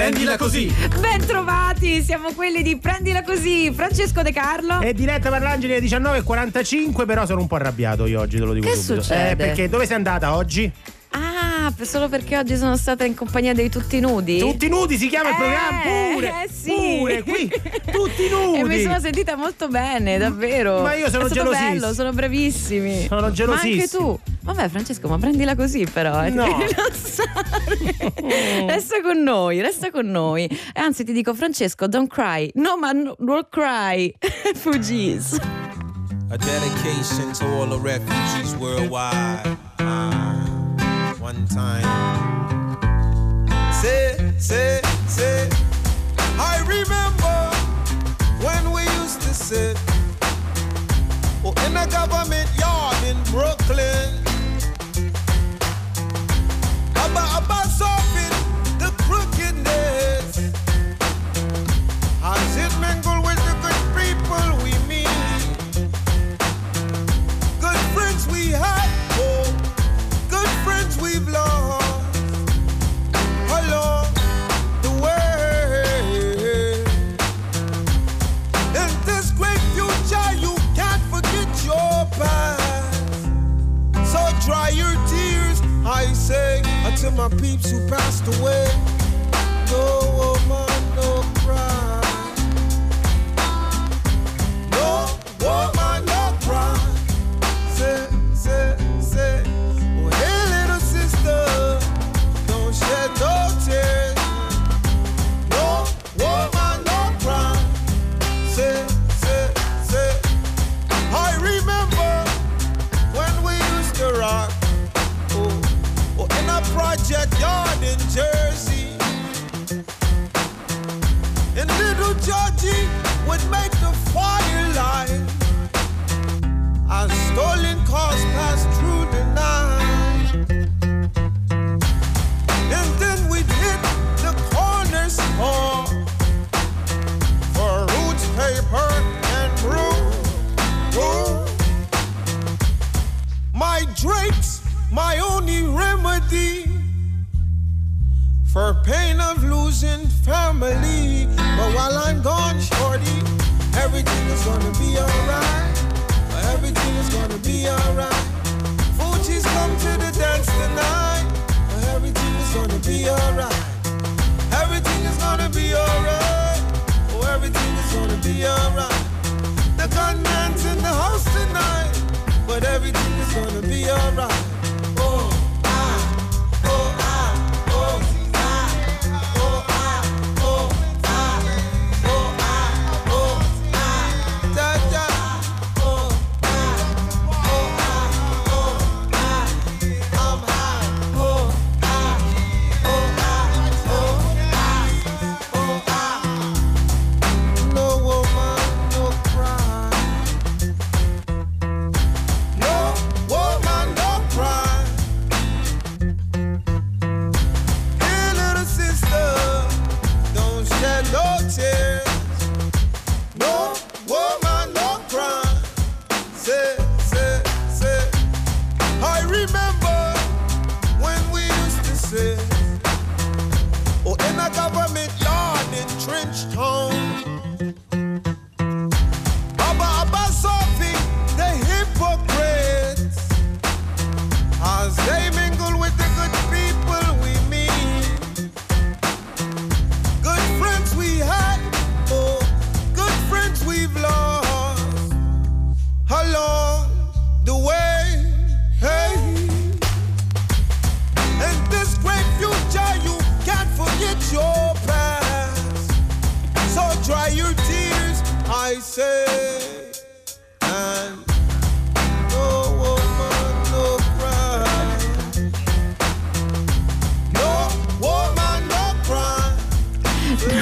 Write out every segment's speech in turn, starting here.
Prendila così. Ben trovati, siamo quelli di Prendila così. Francesco De Carlo È diretta per l'Angeli alle 19:45, però sono un po' arrabbiato io oggi, te lo dico Che subito. succede? Perché dove sei andata oggi? Ah, solo perché oggi sono stata in compagnia dei Tutti Nudi. Tutti Nudi si chiama il programma, pure. Sì. Pure qui, Tutti Nudi. E mi sono sentita molto bene, davvero. Ma io sono È stato gelosissimo. bello, sono bravissimi. Sono gelosissimo. Ma anche tu. Vabbè, Francesco, ma prendila così però. No. Resta con noi, resta con noi. E anzi ti dico, Francesco, don't cry. No, ma don't cry. Fugees. A dedication to all the refugees worldwide. One time. Say, I remember when we used to sit in a government yard in Brooklyn. About solving the crookedness. As it mingled with the good people we meet. Good friends we had, oh, good friends we've lost along the way. In this great future you can't forget your past. So dry your tears, I say, to my peeps who passed away. No woman, no cry. No woman, no cry. Say. Oh, hey, little sister, don't shed no tears. No woman, no cry. Say. I remember when we used to rock. In a project yard in Jersey. And little Georgie would make the firelight as stolen cars passed through the night. And then we'd hit the corner store for roots, paper, and brew. My drinks, my only remedy for pain of losing family. But while I'm gone, shorty, everything is gonna be alright. Everything is gonna be alright. Fuji's come to the dance tonight. Everything is gonna be alright. Everything is gonna be alright. Oh, everything is gonna be alright. The gunman's in the house tonight, but everything is gonna be alright.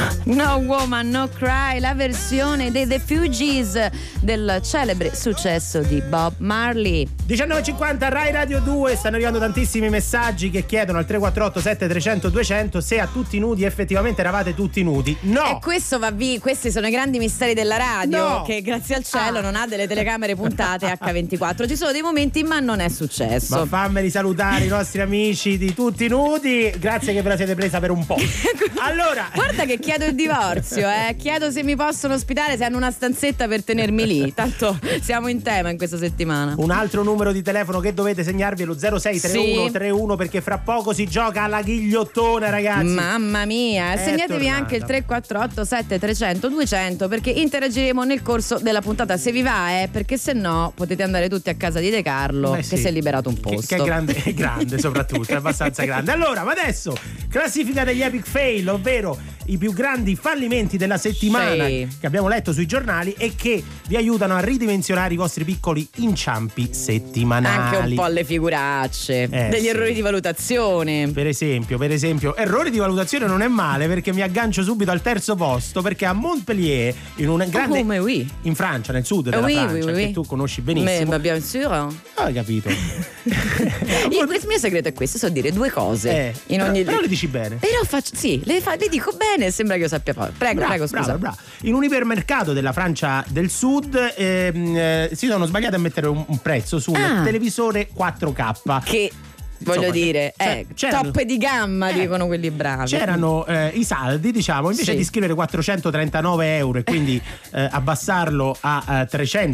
No Woman No Cry, la versione dei The Fugees del celebre successo di Bob Marley. 19.50 Rai Radio 2, stanno arrivando tantissimi messaggi che chiedono al 348 7300 200 se a tutti nudi effettivamente eravate tutti nudi. No! E questo va via, questi sono i grandi misteri della radio, no, che grazie al cielo non ha delle telecamere puntate H24. Ci sono dei momenti, ma non è successo. Ma fammeli salutare i nostri amici di Tutti Nudi, grazie che ve la siete presa per un po'. Allora, guarda che chiedo il divorzio, chiedo se mi possono ospitare, se hanno una stanzetta per tenermi lì. Tanto siamo in tema in questa settimana. Un altro numero di telefono che dovete segnarvi è lo 063131, perché fra poco si gioca alla ghigliottona, ragazzi. Mamma mia, segnatevi anche il 348 7300 200 perché interagiremo nel corso della puntata, se vi va, perché se no potete andare tutti a casa di De Carlo, che si è liberato un posto. Che è grande soprattutto, è abbastanza grande. Allora, ma adesso classifica degli epic fail, ovvero i più grandi fallimenti della settimana che abbiamo letto sui giornali e che vi aiutano a ridimensionare i vostri piccoli inciampi settimanali. Anche un po' le figuracce, degli errori di valutazione. Per esempio, errori di valutazione non è male, perché mi aggancio subito al terzo posto, perché a Montpellier, in un grande in Francia, nel sud della Francia, che tu conosci benissimo. Ma bien sûr. Hai capito? Il mio segreto è questo, so dire due cose in ogni... però le dici bene. Però le dico bene, sembra che io sappia fare. Prego, scusa. Brava. In un ipermercato della Francia del Sud si sono sbagliati a mettere un prezzo su un televisore 4K. Che... voglio dire, top di gamma, dicono quelli bravi. C'erano i saldi, diciamo, invece di scrivere 439 euro e quindi abbassarlo a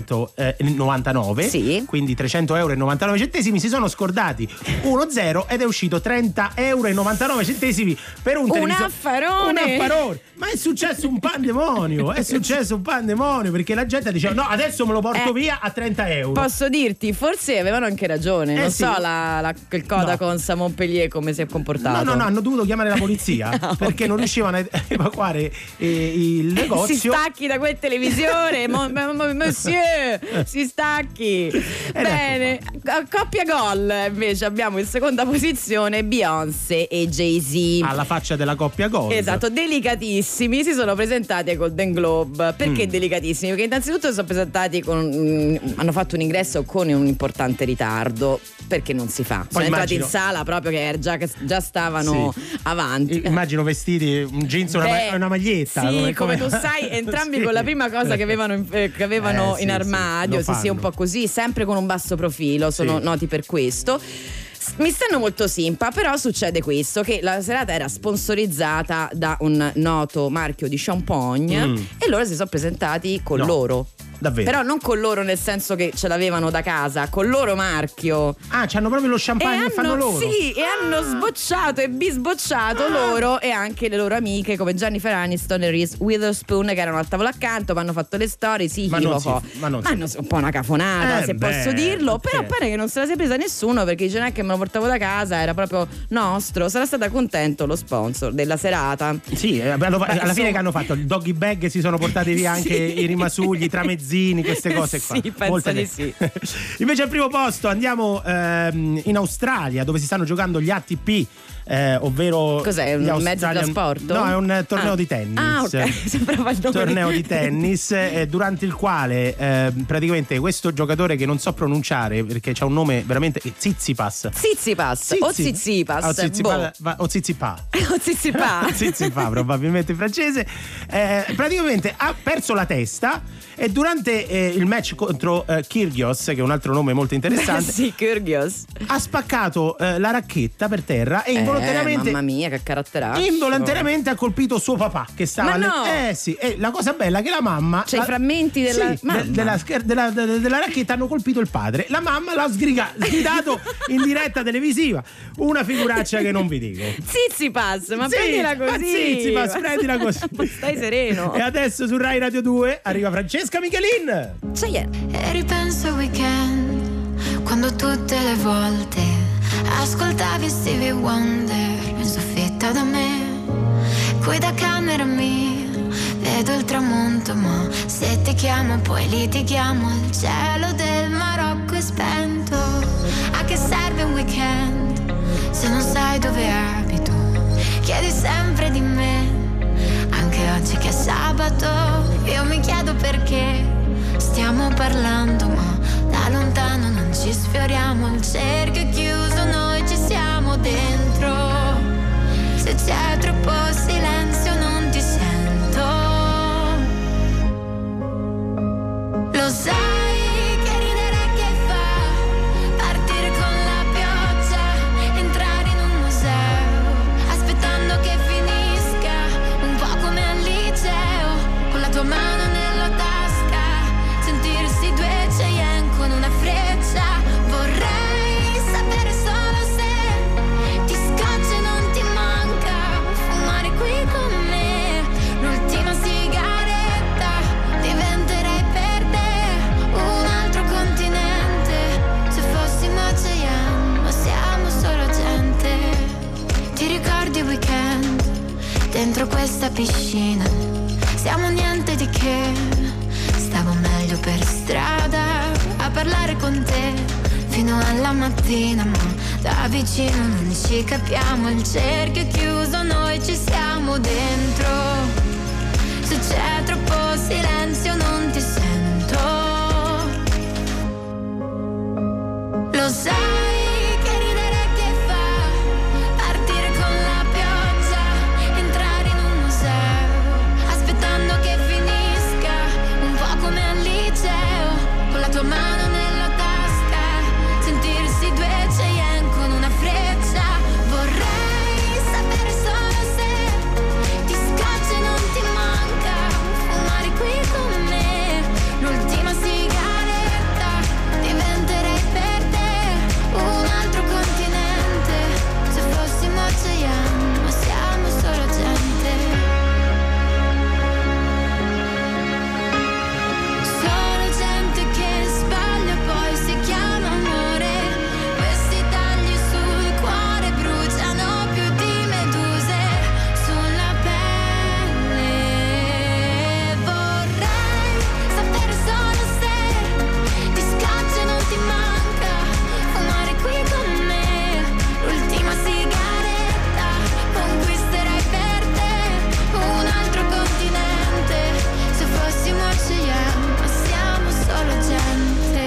399, quindi 300 euro e 99 centesimi, si sono scordati 1-0 ed è uscito 30 euro e 99 centesimi per un televisore. Un affarone. Ma è successo un pandemonio, perché la gente diceva no, adesso me lo porto via a 30 euro. Posso dirti, forse avevano anche ragione, non so il Codacons a Montpellier come si è comportato. No, hanno dovuto chiamare la polizia perché non riuscivano a evacuare il negozio. Si stacchi da quel televisore, monsieur, si stacchi. Bene, coppia gol invece abbiamo in seconda posizione Beyoncé e Jay-Z. Alla faccia della coppia gol. Esatto, delicatissimi, si sono presentati ai Golden Globe. Perché delicatissimi? Perché innanzitutto si sono presentati hanno fatto un ingresso con un importante ritardo, perché non si fa. Sono entrati in sala proprio che già stavano avanti. Immagino vestiti un jeans e una maglietta. Sì, come tu sai, entrambi con la prima cosa che avevano in armadio. Sì, un po' così, sempre con un basso profilo, sono noti per questo. Mi stanno molto simpa, però succede questo, che la serata era sponsorizzata da un noto marchio di champagne e loro si sono presentati con loro. Davvero? Però non con loro nel senso che ce l'avevano da casa, con loro marchio. C'hanno proprio lo champagne che fanno loro. Sì, e hanno sbocciato e bisbocciato loro e anche le loro amiche come Jennifer Aniston e Reese Witherspoon, che erano al tavolo accanto, ma hanno fatto le storie, hanno un po' una cafonata, se posso dirlo. Però pare che non se la sia presa nessuno, perché dice che me lo portavo da casa, era proprio nostro. Sarà stata contento lo sponsor della serata. Sì, alla fine che hanno fatto il doggy bag, si sono portati via anche i rimasugli, i tramezzini, queste cose qua. Sì, penso di sì. Invece al primo posto andiamo in Australia, dove si stanno giocando gli ATP, ovvero cos'è, un mezzo da sport? No, è un torneo di tennis. Ok, sembrava il nome. Torneo di tennis durante il quale praticamente questo giocatore, che non so pronunciare perché c'ha un nome veramente Tsitsipas o Tsitsipa probabilmente in francese, praticamente ha perso la testa e durante il match contro Kyrgios, che è un altro nome molto interessante, Kyrgios, ha spaccato la racchetta per terra e involontariamente, mamma mia che caratteraccio, involontariamente ha colpito suo papà, che stava e la cosa bella è che la mamma, i frammenti della racchetta hanno colpito il padre, la mamma l'ha sgridato in diretta televisiva, una figuraccia che non vi dico. Tsitsipas, prendila così, prendila così. Stai sereno. E adesso su Rai Radio 2 arriva Francesca Michelin. E ripenso al weekend, quando tutte le volte ascoltavi Stevie Wonder in soffitta da me, qui da camera mia vedo il tramonto, ma se ti chiamo poi litighiamo, il cielo del Marocco è spento. A che serve un weekend se non sai dove abito? Chiedi sempre di me, anche oggi che è sabato io mi chiedo perché stiamo parlando ma da lontano non ci sfioriamo, il cerchio è chiuso, noi ci siamo dentro. Se c'è troppo silenzio non ti sento. Lo sai che ridere che fa partire con la pioggia, entrare in un museo aspettando che finisca, un po' come al liceo, con la tua mano nella tasca, sentirsi due Cheyenne con una freccia. Vorrei sapere solo se ti scoccia e non ti manca fumare qui con me l'ultima sigaretta. Diventerei per te un altro continente se fossimo Cheyenne, ma siamo solo gente. Ti ricordi il weekend dentro questa piscina? Siamo niente di che, stavo meglio per strada a parlare con te fino alla mattina, ma da vicino non ci capiamo, il cerchio è chiuso, noi ci siamo dentro. Se c'è troppo silenzio non ti sento. Lo sai che ridere che fa partire con la pioggia, entrare in un museo aspettando che finisca, un po' come al liceo, con la tua mano nella tasca, sentirsi due Cheyenne con una freccia. Vorrei sapere solo se ti scoccia e non ti manca fumare qui con me l'ultima sigaretta. Diventerei per te un altro continente se fossimo Cheyenne, ma siamo solo gente. Solo gente che sbaglia poi si chiama amore. Questi tagli sul cuore bruciano più di meduse sulla pelle. Vorrei sapere solo se ti scoccia e non ti manca fumare qui con me l'ultima sigaretta. Conquisterei per te un altro continente se fossimo Cheyenne, ma siamo solo gente.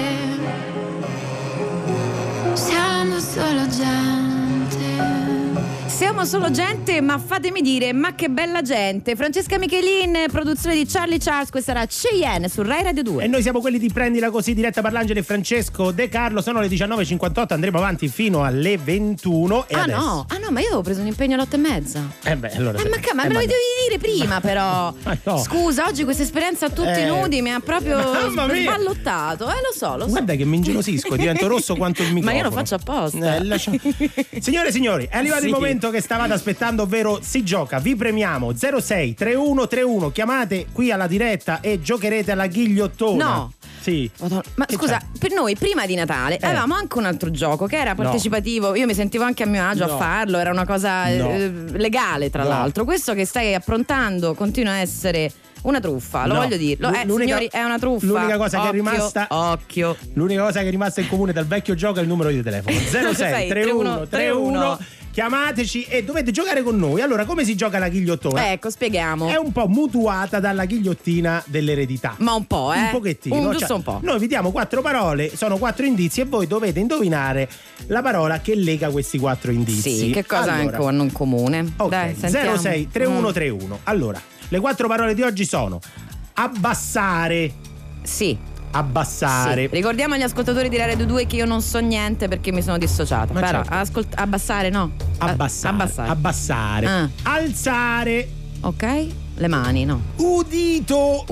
Siamo solo gente. Siamo solo gente, ma fatemi dire, ma che bella gente. Francesca Michelin, produzione di Charlie Charles, questa era Cheyenne su Rai Radio 2. E noi siamo quelli di Prendila Così, diretta per l'Angelo e Francesco De Carlo. Sono le 19.58, andremo avanti fino alle 21. E adesso... no, ma io avevo preso un impegno alle 8:30. Allora ma me lo devi dire prima però. No. Scusa, oggi questa esperienza a tutti nudi mi ha proprio sballottato. Lo so. Guarda che mi ingelosisco, divento rosso quanto il microfono. Ma io lo faccio apposta. Signore e signori, è arrivato il momento che stavate aspettando, ovvero si gioca. Vi premiamo 06 3131. Chiamate qui alla diretta e giocherete alla ghigliottona. No. Sì. Ma che scusa, per noi prima di Natale avevamo anche un altro gioco che era partecipativo. Io mi sentivo anche a mio agio a farlo, era una cosa legale tra l'altro. Questo che stai approntando continua a essere una truffa, lo voglio dirlo. Signori, è una truffa. L'unica cosa che è rimasta. Occhio. L'unica cosa che è rimasta in comune dal vecchio gioco è il numero di telefono. 06 3131. Chiamateci e dovete giocare con noi. Allora, come si gioca la ghigliottona? Ecco, spieghiamo. È un po' mutuata dalla ghigliottina dell'eredità. Ma un po', Un pochettino. Giusto un po'. Noi vi diamo 4 parole, sono 4 indizi e voi dovete indovinare la parola che lega questi 4 indizi. Sì, che cosa hanno in comune? Ok, dai, sentiamo. 06 3131. Allora, le 4 parole di oggi sono abbassare. Sì. Abbassare. Sì. Ricordiamo agli ascoltatori di Radio 2 che io non so niente perché mi sono dissociata. Ma però certo. Abbassare no. Abbassare. Alzare. Ok. Le mani, no. Udito.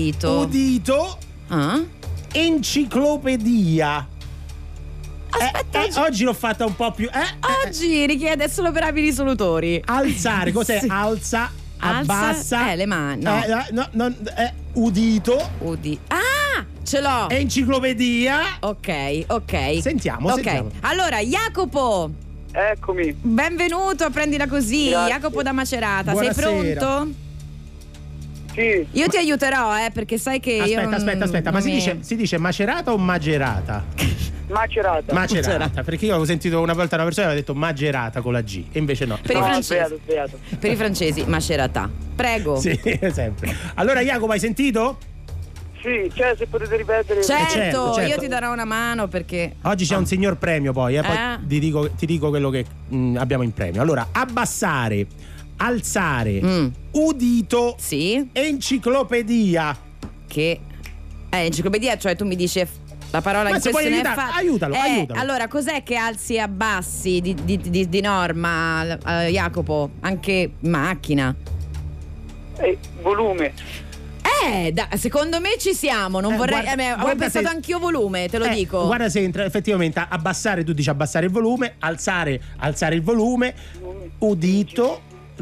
Enciclopedia. Aspetta, oggi l'ho fatta un po' più. Oggi richiede solo per abili risolutori. Alzare, cos'è? Sì. Abbassa. Le mani. No. Udito. Ce l'ho. Enciclopedia. Ok. Sentiamo. Allora, Jacopo. Eccomi. Benvenuto a Prendila Così. Grazie. Jacopo da Macerata. Buonasera. Sei pronto? Sì. Io ti aiuterò, perché sai che Aspetta, ma si dice Macerata o Magerata? Macerata, perché io avevo sentito una volta una persona che aveva detto magerata con la G e invece no. Per i francesi. Per i francesi, macerata. Prego. Sì, sempre. Allora Jacopo, hai sentito? Sì, se potete ripetere. Certo, io ti darò una mano perché oggi c'è un signor premio poi ti dico quello che abbiamo in premio. Allora, abbassare, alzare, udito, sì, enciclopedia. Che enciclopedia, cioè tu mi dici la parola in questione è fatta. Aiutalo. Allora, cos'è che alzi e abbassi di norma, Jacopo? Anche macchina? Volume. Secondo me ci siamo. Non vorrei. Avevo pensato anch'io volume, te lo dico. Guarda se entra effettivamente abbassare, tu dici abbassare il volume, alzare il volume, udito,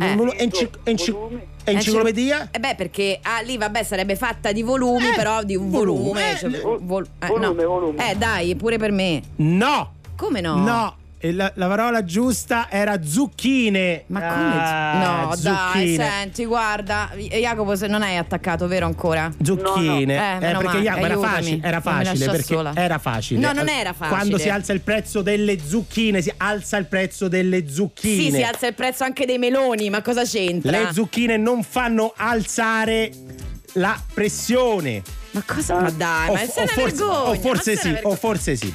enciclopedia. Perché lì sarebbe fatta di volumi, però di un volume. Volume. Dai, pure per me. No. Come no? No. La parola giusta era zucchine. Ma come? Zucchine. Dai, senti, guarda, Jacopo, se non hai attaccato, vero ancora? Zucchine. No. Perché era facile perché era facile. No, non era facile. Quando si alza il prezzo delle zucchine, si alza il prezzo delle zucchine. Sì, si alza il prezzo anche dei meloni, ma cosa c'entra? Le zucchine non fanno alzare la pressione. Ma cosa? Ma dai, ma se ne vergogna. O forse sì.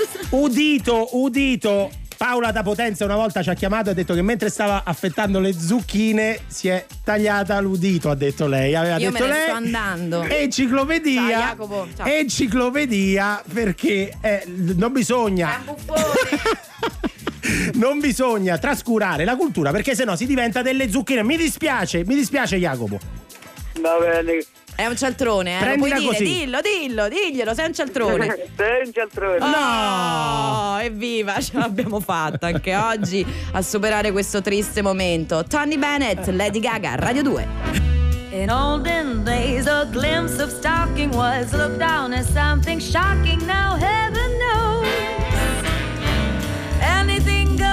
Udito. Paola da Potenza una volta ci ha chiamato e ha detto che mentre stava affettando le zucchine si è tagliata l'udito, ha detto lei. Io me ne sto andando. Enciclopedia. Ciao, Jacopo. Ciao. Enciclopedia, perché non bisogna. Non bisogna trascurare la cultura, perché sennò si diventa delle zucchine. Mi dispiace Jacopo. Va bene. È un cialtrone, Prendila non puoi così. Diglielo, sei un cialtrone. Sei un cialtrone. No, evviva, ce l'abbiamo fatta anche oggi a superare questo triste momento. Tony Bennett, Lady Gaga, Radio 2. In olden days a glimpse of stalking was looked down as something shocking. Now heaven knows anything goes.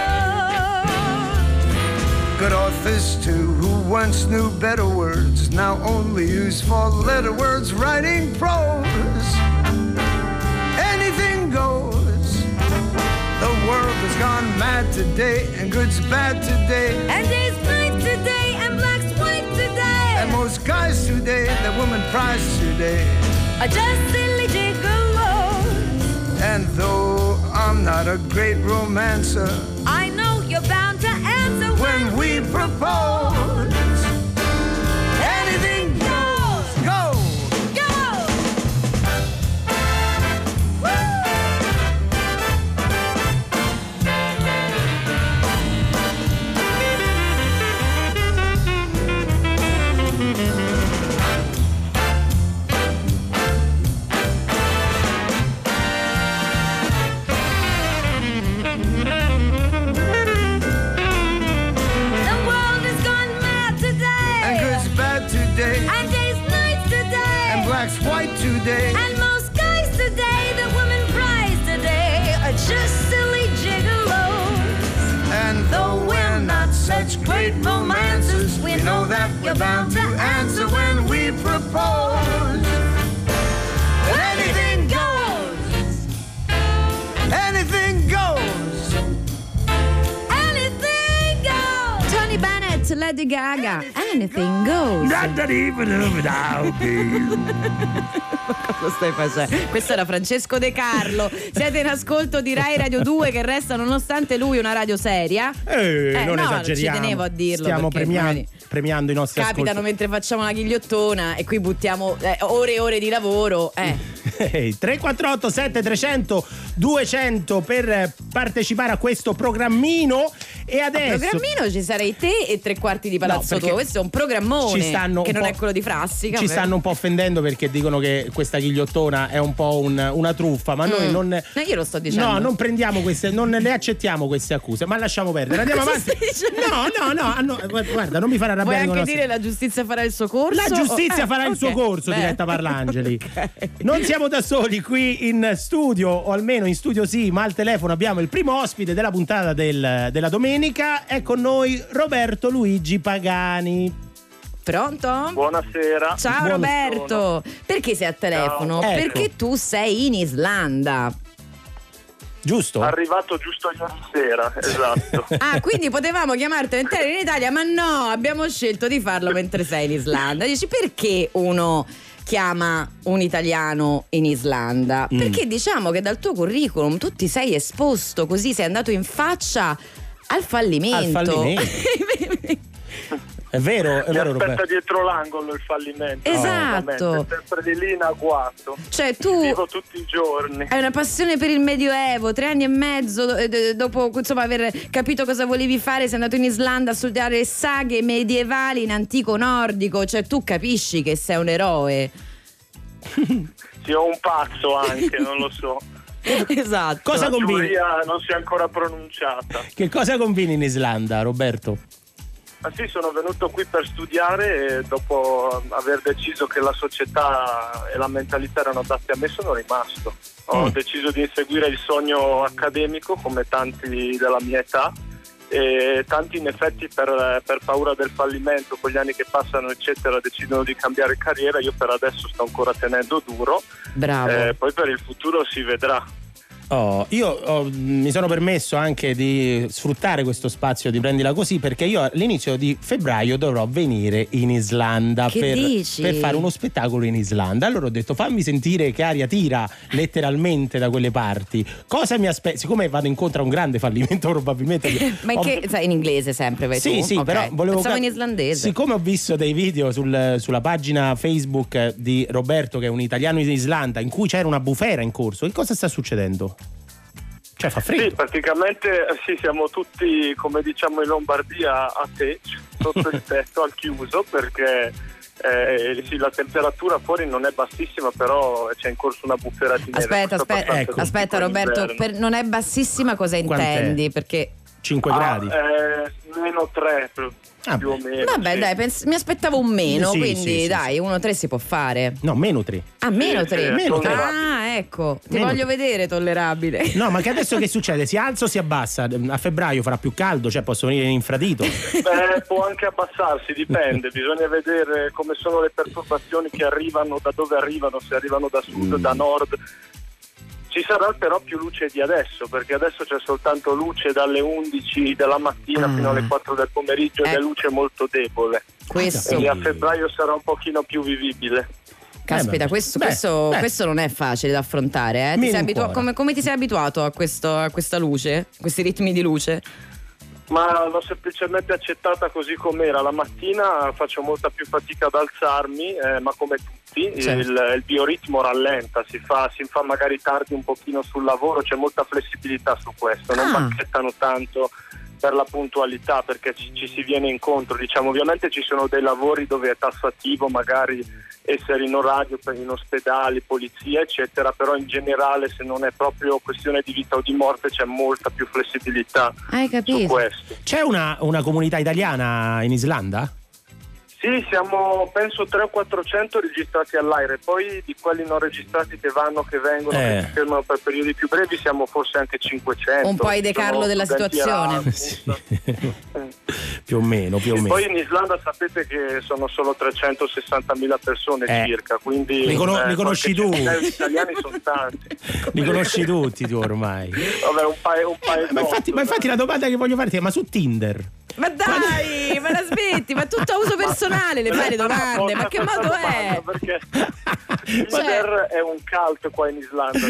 Good authors too, who once knew better words, now only use four-letter words writing prose. Anything goes. The world has gone mad today, and good's bad today, and day's night today, and black's white today, and most guys today, the woman prize today, are just silly gigolos. And though I'm not a great romancer, I know you're bound to answer when we propose. Anything goes. Go. And days, nights today, and black's white today, and most guys today, the women prize today, are just silly gigolos. And though we're not such great romancers, we know that we're bound to answer when we propose. Anything goes. Anything goes. Anything goes. Tony Bennett, Lady Gaga, Anything Goes. Not even without me. Cosa stai facendo? Questo era Francesco De Carlo. Siete in ascolto di Rai Radio 2, che resta nonostante lui una radio seria. Non no, esageriamo. Ci tenevo a dirlo. Stiamo premiando i nostri capitano ascolti. mentre facciamo la ghigliottona e qui buttiamo ore e ore di lavoro. 348 7300 200 per partecipare a questo programmino. E adesso programmino ci sarei te e tre quarti di Palazzo tuo. Questo è un programmone che non è quello di Frassica. Ci stanno un po' offendendo perché dicono che questa ghigliottona è un po' una truffa, ma noi non. No, io lo sto dicendo. No, non prendiamo queste, non le accettiamo queste accuse, ma lasciamo perdere. Andiamo avanti. No, guarda, non mi farà arrabbiare. Vuoi anche dire la giustizia farà il suo corso? La giustizia farà il suo corso, Diletta Parlangeli. Non siamo da soli qui in studio, o almeno in studio sì, ma al telefono abbiamo il primo ospite della puntata della domenica. È con noi Roberto Luigi Pagani. Pronto? Buonasera. Ciao Roberto. Perché sei a telefono? Ecco. Perché tu sei in Islanda. Giusto? Arrivato giusto ieri sera, esatto. Quindi potevamo chiamarti mentre eri in Italia, ma no, abbiamo scelto di farlo mentre sei in Islanda. Dici, perché uno chiama un italiano in Islanda? Perché diciamo che dal tuo curriculum tu ti sei esposto così, sei andato in faccia al fallimento. È vero, aspetta Roberto. dietro l'angolo il fallimento. Esatto. Sempre di lì in agguato. Cioè tu vivo tutti i giorni. Hai una passione per il Medioevo, 3 anni e mezzo dopo insomma aver capito cosa volevi fare, sei andato in Islanda a studiare saghe medievali in antico nordico. Cioè tu capisci che sei un eroe. Sì, ho un pazzo anche, non lo so. Esatto. Cosa La combini? giuria non si è ancora pronunciata. Che cosa combini in Islanda, Roberto? Ma sì, sono venuto qui per studiare e dopo aver deciso che la società e la mentalità erano adatte a me sono rimasto. Ho deciso di inseguire il sogno accademico come tanti della mia età e tanti in effetti per paura del fallimento, con gli anni che passano eccetera decidono di cambiare carriera. Io per adesso sto ancora tenendo duro. Bravo. Poi per il futuro si vedrà. Io mi sono permesso anche di sfruttare questo spazio di Prendila Così, perché io all'inizio di febbraio dovrò venire in Islanda per fare uno spettacolo in Islanda. Allora ho detto, fammi sentire che aria tira letteralmente da quelle parti, cosa mi aspetta, siccome vado incontro a un grande fallimento probabilmente. Ma in inglese sempre vai tu? Sì, okay. Però volevo pensavo in islandese. Siccome ho visto dei video sulla pagina Facebook di Roberto, che è un italiano in Islanda, in cui c'era una bufera in corso, che cosa sta succedendo? Cioè fa freddo. Sì, praticamente sì, siamo tutti, come diciamo in Lombardia, a te, sotto il tetto, al chiuso, perché sì, la temperatura fuori non è bassissima, però c'è in corso una bufera di neve. Aspetta Roberto, non è bassissima cosa intendi? Perché 5 gradi? Meno 3 più o meno. Vabbè, sì. dai, mi aspettavo un meno, sì, quindi sì, dai, 1,3 si può fare. No, meno 3. Meno 3. Meno 3. Ecco, ti Meno voglio 3. vedere tollerabile. No, ma che adesso che succede? Si alza o si abbassa? A febbraio farà più caldo, cioè posso venire in infradito? Può anche abbassarsi, dipende, bisogna vedere come sono le perturbazioni che arrivano, da dove arrivano, se arrivano da sud, da nord. Ci sarà però più luce di adesso, perché adesso c'è soltanto luce dalle 11 della mattina fino alle 4 del pomeriggio ed è luce molto debole. Quindi a febbraio sarà un pochino più vivibile. Caspita, questo non è facile da affrontare, eh? Come ti sei abituato a questa luce, questi ritmi di luce? Ma l'ho semplicemente accettata così com'era. La mattina faccio molta più fatica ad alzarmi, ma come tutti, certo. il bioritmo rallenta, si fa magari tardi un pochino sul lavoro, c'è molta flessibilità su questo, non bacchettano tanto per la puntualità, perché ci si viene incontro, diciamo. Ovviamente ci sono dei lavori dove è tassativo magari essere in orario, in ospedali, polizia eccetera, però in generale se non è proprio questione di vita o di morte c'è molta più flessibilità. Hai capito? Su questo. C'è una comunità italiana in Islanda? Sì, siamo penso 300 o 400 registrati all'AIRE, poi di quelli non registrati che vanno, che vengono, che si fermano per periodi più brevi siamo forse anche 500. Un po' i decarlo della situazione. Sì. più o meno. Poi in Islanda sapete che sono solo 360.000 persone circa, quindi li conosci tu. Gli italiani sono tanti. Li conosci tutti tu ormai. Vabbè, un paese. Ma infatti la domanda che voglio farti è: ma su Tinder? Ma dai, ma la smetti, ma tutto a uso personale le fai le domande, ma che modo è? Perché Tinder è un cult qua in Islanda.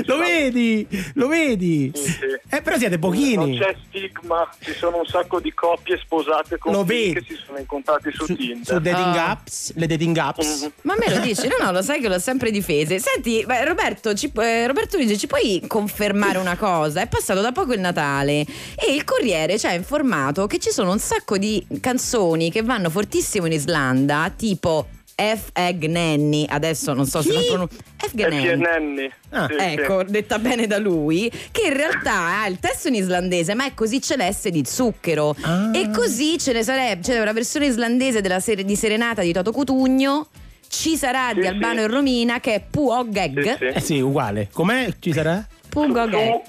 Lo vedi? Sì. Però siete pochini. Non c'è stigma, ci sono un sacco di coppie sposate con figli che si sono incontrati su Tinder. Su dating apps, le dating apps. Ma me lo dici? No, lo sai che l'ho sempre difese. Senti, Roberto Luigi, ci puoi confermare una cosa? È passato da poco il Natale e il Corriere ci ha informato che ci sono un sacco di canzoni che vanno fortissimo in Islanda, tipo F. Egg Nanny, adesso non so se lo pronuncio. F. Nanny. Ecco, detta bene da lui, che in realtà ha il testo in islandese, ma è così celeste di zucchero. E così c'è una versione islandese di Serenata di Toto Cutugno. Ci sarà di Albano e Romina, che è Puogeg. Sì, uguale. Com'è? Ci sarà? Puogeg.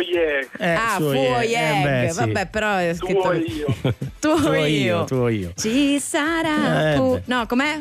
Fuoieg. Vabbè, però è scritto tuo io. Ci sarà no, com'è?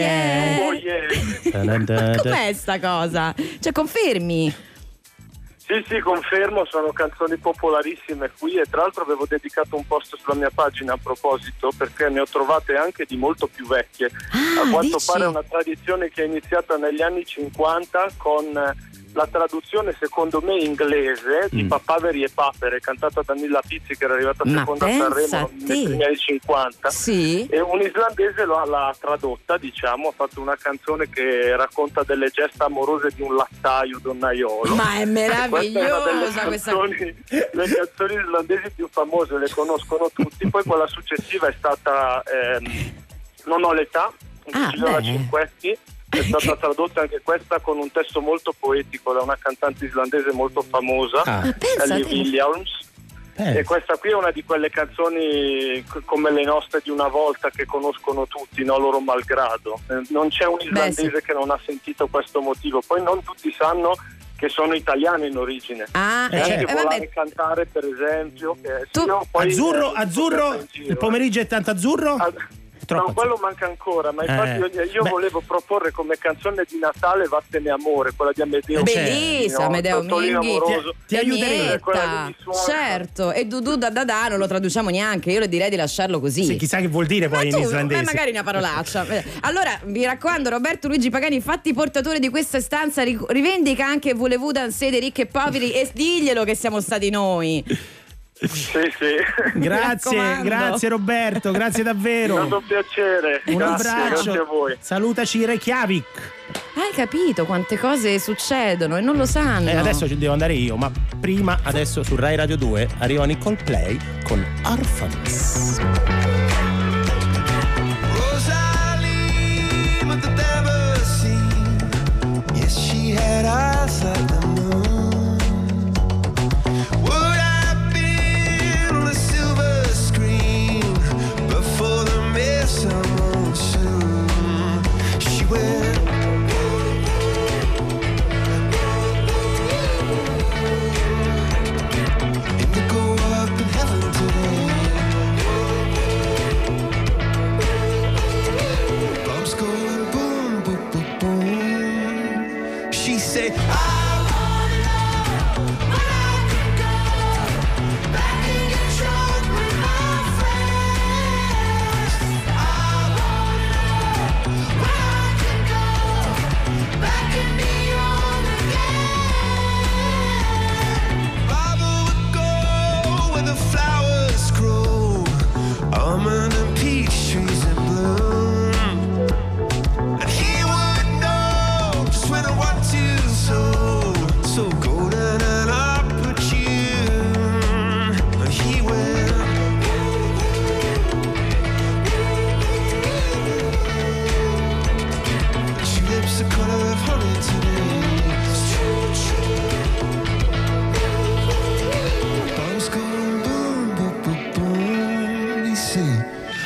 Fuoieg. Com'è sta cosa? Cioè, confermi? Sì, confermo, sono canzoni popolarissime qui e tra l'altro avevo dedicato un post sulla mia pagina a proposito, perché ne ho trovate anche di molto più vecchie. A quanto pare è una tradizione che è iniziata negli anni 50 con la traduzione secondo me inglese di Papaveri e Papere, cantata da Nilla Pizzi, che era arrivata seconda a Sanremo nei primi anni 50, e un islandese l'ha tradotta, diciamo, ha fatto una canzone che racconta delle gesta amorose di un lattaio donnaiolo. Ma è meravigliosa questa le canzoni islandesi più famose, le conoscono tutti. Poi quella successiva è stata Non ho l'età, da Cinquetti. È stata tradotta anche questa con un testo molto poetico da una cantante islandese molto famosa, Ellie Williams. E questa qui è una di quelle canzoni come le nostre di una volta che conoscono tutti, no? Loro malgrado. Non c'è un islandese che non ha sentito questo motivo. Poi non tutti sanno che sono italiani in origine. Anche volare cantare, per esempio. Azzurro, il pomeriggio è tanto azzurro? No, quello manca ancora, ma infatti io volevo proporre come canzone di Natale Vattene amore, quella di Amedeo. Bellissima, Amedeo Minghi. Ti aiuterei. Certo, e Dudu da non lo traduciamo neanche, io le direi di lasciarlo così. Sì, chissà che vuol dire poi in islandese. Magari una parolaccia. Allora, mi raccomando, Roberto Luigi Pagani, fatti portatore di questa stanza, rivendica anche Volevuda in sede ricchi e poveri e diglielo che siamo stati noi. Sì. Grazie Roberto, grazie davvero. È stato un piacere. Un abbraccio. Grazie a voi. Salutaci Reykjavik. Hai capito quante cose succedono e non lo sanno. Adesso ci devo andare io, ma prima adesso su Rai Radio 2 arrivano i Coldplay con Orphans. Rosalie, but the never seen. Yes, she had eyes like the moon. Someone soon. She went. And you go up in heaven today. Bombs going boom, boom, boom, boom. She said, almond and peach trees in bloom, and he would know just when I want to so golden and opportune. He will. Tulips the color of honey today. Bombs going boom, boom, boom, boom. He said,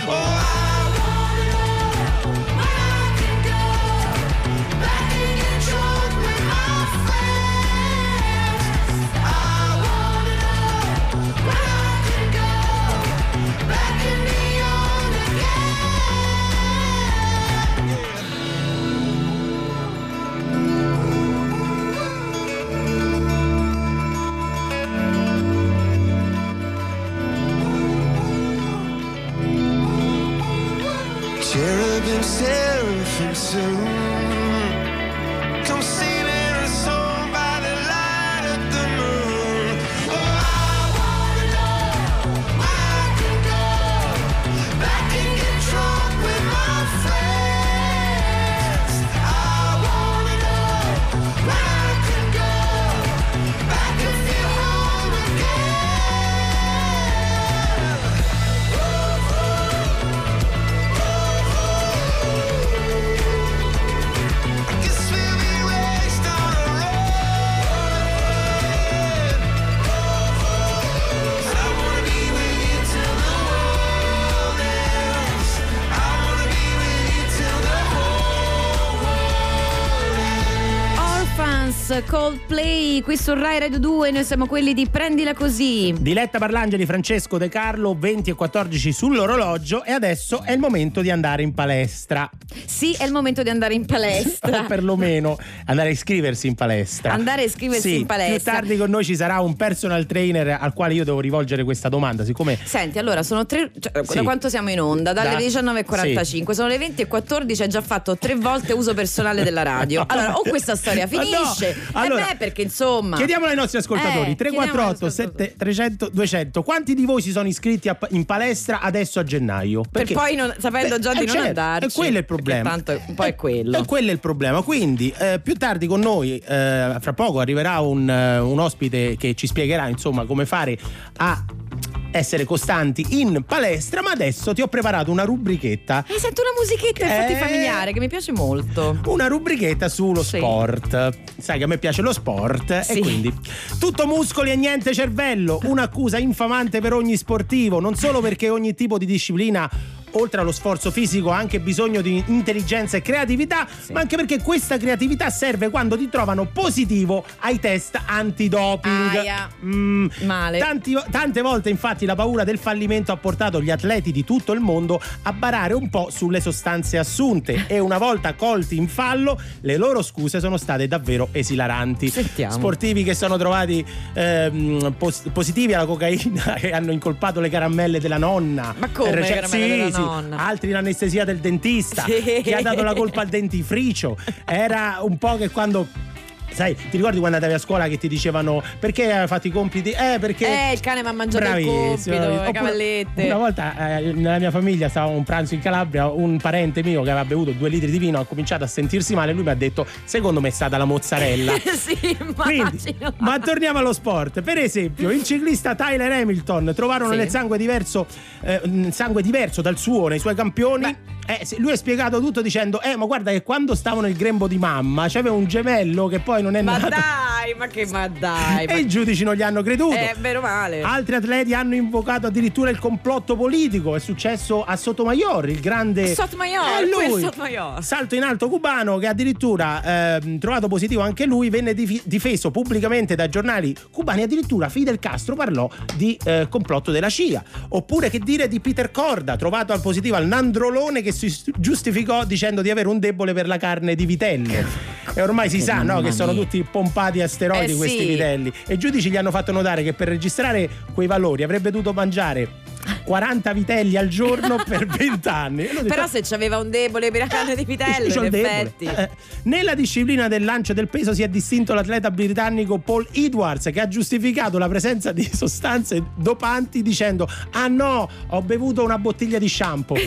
cherubim, seraphim soon come singing a song by the light of the moon. Oh, I wanna know where I can go back and get drunk with my friends. I wanna know where I can go back and feel home again. Girls, Coldplay, qui su Rai Radio 2, noi siamo quelli di Prendila Così. Diletta Parlangeli, Francesco De Carlo, 20:14 sull'orologio, e adesso è il momento di andare in palestra. Sì, è il momento di andare in palestra. O perlomeno andare a iscriversi in palestra. Andare a iscriversi in palestra. Più tardi con noi ci sarà un personal trainer al quale io devo rivolgere questa domanda, siccome... Senti, allora sono tre... da quanto siamo in onda? Dalle 19:45, sono le 20:14, hai già fatto 3 volte uso personale della radio. Allora, o questa storia finisce, allora, perché insomma... Chiediamolo ai nostri ascoltatori, 348 7300 200, quanti di voi si sono iscritti in palestra adesso a gennaio? Perché, per poi, sapendo già di non andarci. E quello è il problema. Tanto un po' è quello. E quello è il problema. Quindi, più tardi con noi, fra poco arriverà un ospite che ci spiegherà, insomma, come fare a essere costanti in palestra, ma adesso ti ho preparato una rubrichetta. Sento una musichetta infatti familiare che mi piace molto. Una rubrichetta sullo sport. Sai che a me piace lo sport, e quindi tutto muscoli e niente cervello, un'accusa infamante per ogni sportivo, non solo perché ogni tipo di disciplina, oltre allo sforzo fisico, ha anche bisogno di intelligenza e creatività, ma anche perché questa creatività serve quando ti trovano positivo ai test antidoping. Male. Tante volte infatti la paura del fallimento ha portato gli atleti di tutto il mondo a barare un po' sulle sostanze assunte, e una volta colti in fallo le loro scuse sono state davvero esilaranti. Sentiamo. Sportivi che sono trovati positivi alla cocaina, che hanno incolpato le caramelle della nonna. Ma come le caramelle della nonna? Altri l'anestesia del dentista, che ha dato la colpa al dentifricio. Era un po' che quando... Sai, ti ricordi quando andavi a scuola che ti dicevano perché hai fatto i compiti? Perché il cane mi ha mangiato il compito, le cavallette. Una volta nella mia famiglia stava un pranzo in Calabria, un parente mio che aveva bevuto 2 litri di vino ha cominciato a sentirsi male, lui mi ha detto secondo me è stata la mozzarella. Sì, immagino. Ma torniamo allo sport. Per esempio, il ciclista Tyler Hamilton, trovarono nel sangue diverso dal suo nei suoi campioni. Lui ha spiegato tutto dicendo ma guarda che quando stavo nel grembo di mamma c'aveva un gemello che poi non è nato. Ma dai. E i giudici non gli hanno creduto. Vero male. Altri atleti hanno invocato addirittura il complotto politico. È successo a Sotomayor, il grande Sotomayor. Salto in alto cubano, che addirittura trovato positivo anche lui, venne difeso pubblicamente dai giornali cubani. Addirittura Fidel Castro parlò di complotto della CIA. Oppure che dire di Peter Corda, trovato al positivo al nandrolone, che si giustificò dicendo di avere un debole per la carne di vitello. E ormai si sa, no, che sono tutti pompati a steroidi questi vitelli. E i giudici gli hanno fatto notare che per registrare quei valori avrebbe dovuto mangiare 40 vitelli al giorno per 20 anni. Però se c'aveva un debole per la carne di vitello, in effetti. Nella disciplina del lancio del peso si è distinto l'atleta britannico Paul Edwards, che ha giustificato la presenza di sostanze dopanti dicendo no, ho bevuto una bottiglia di shampoo.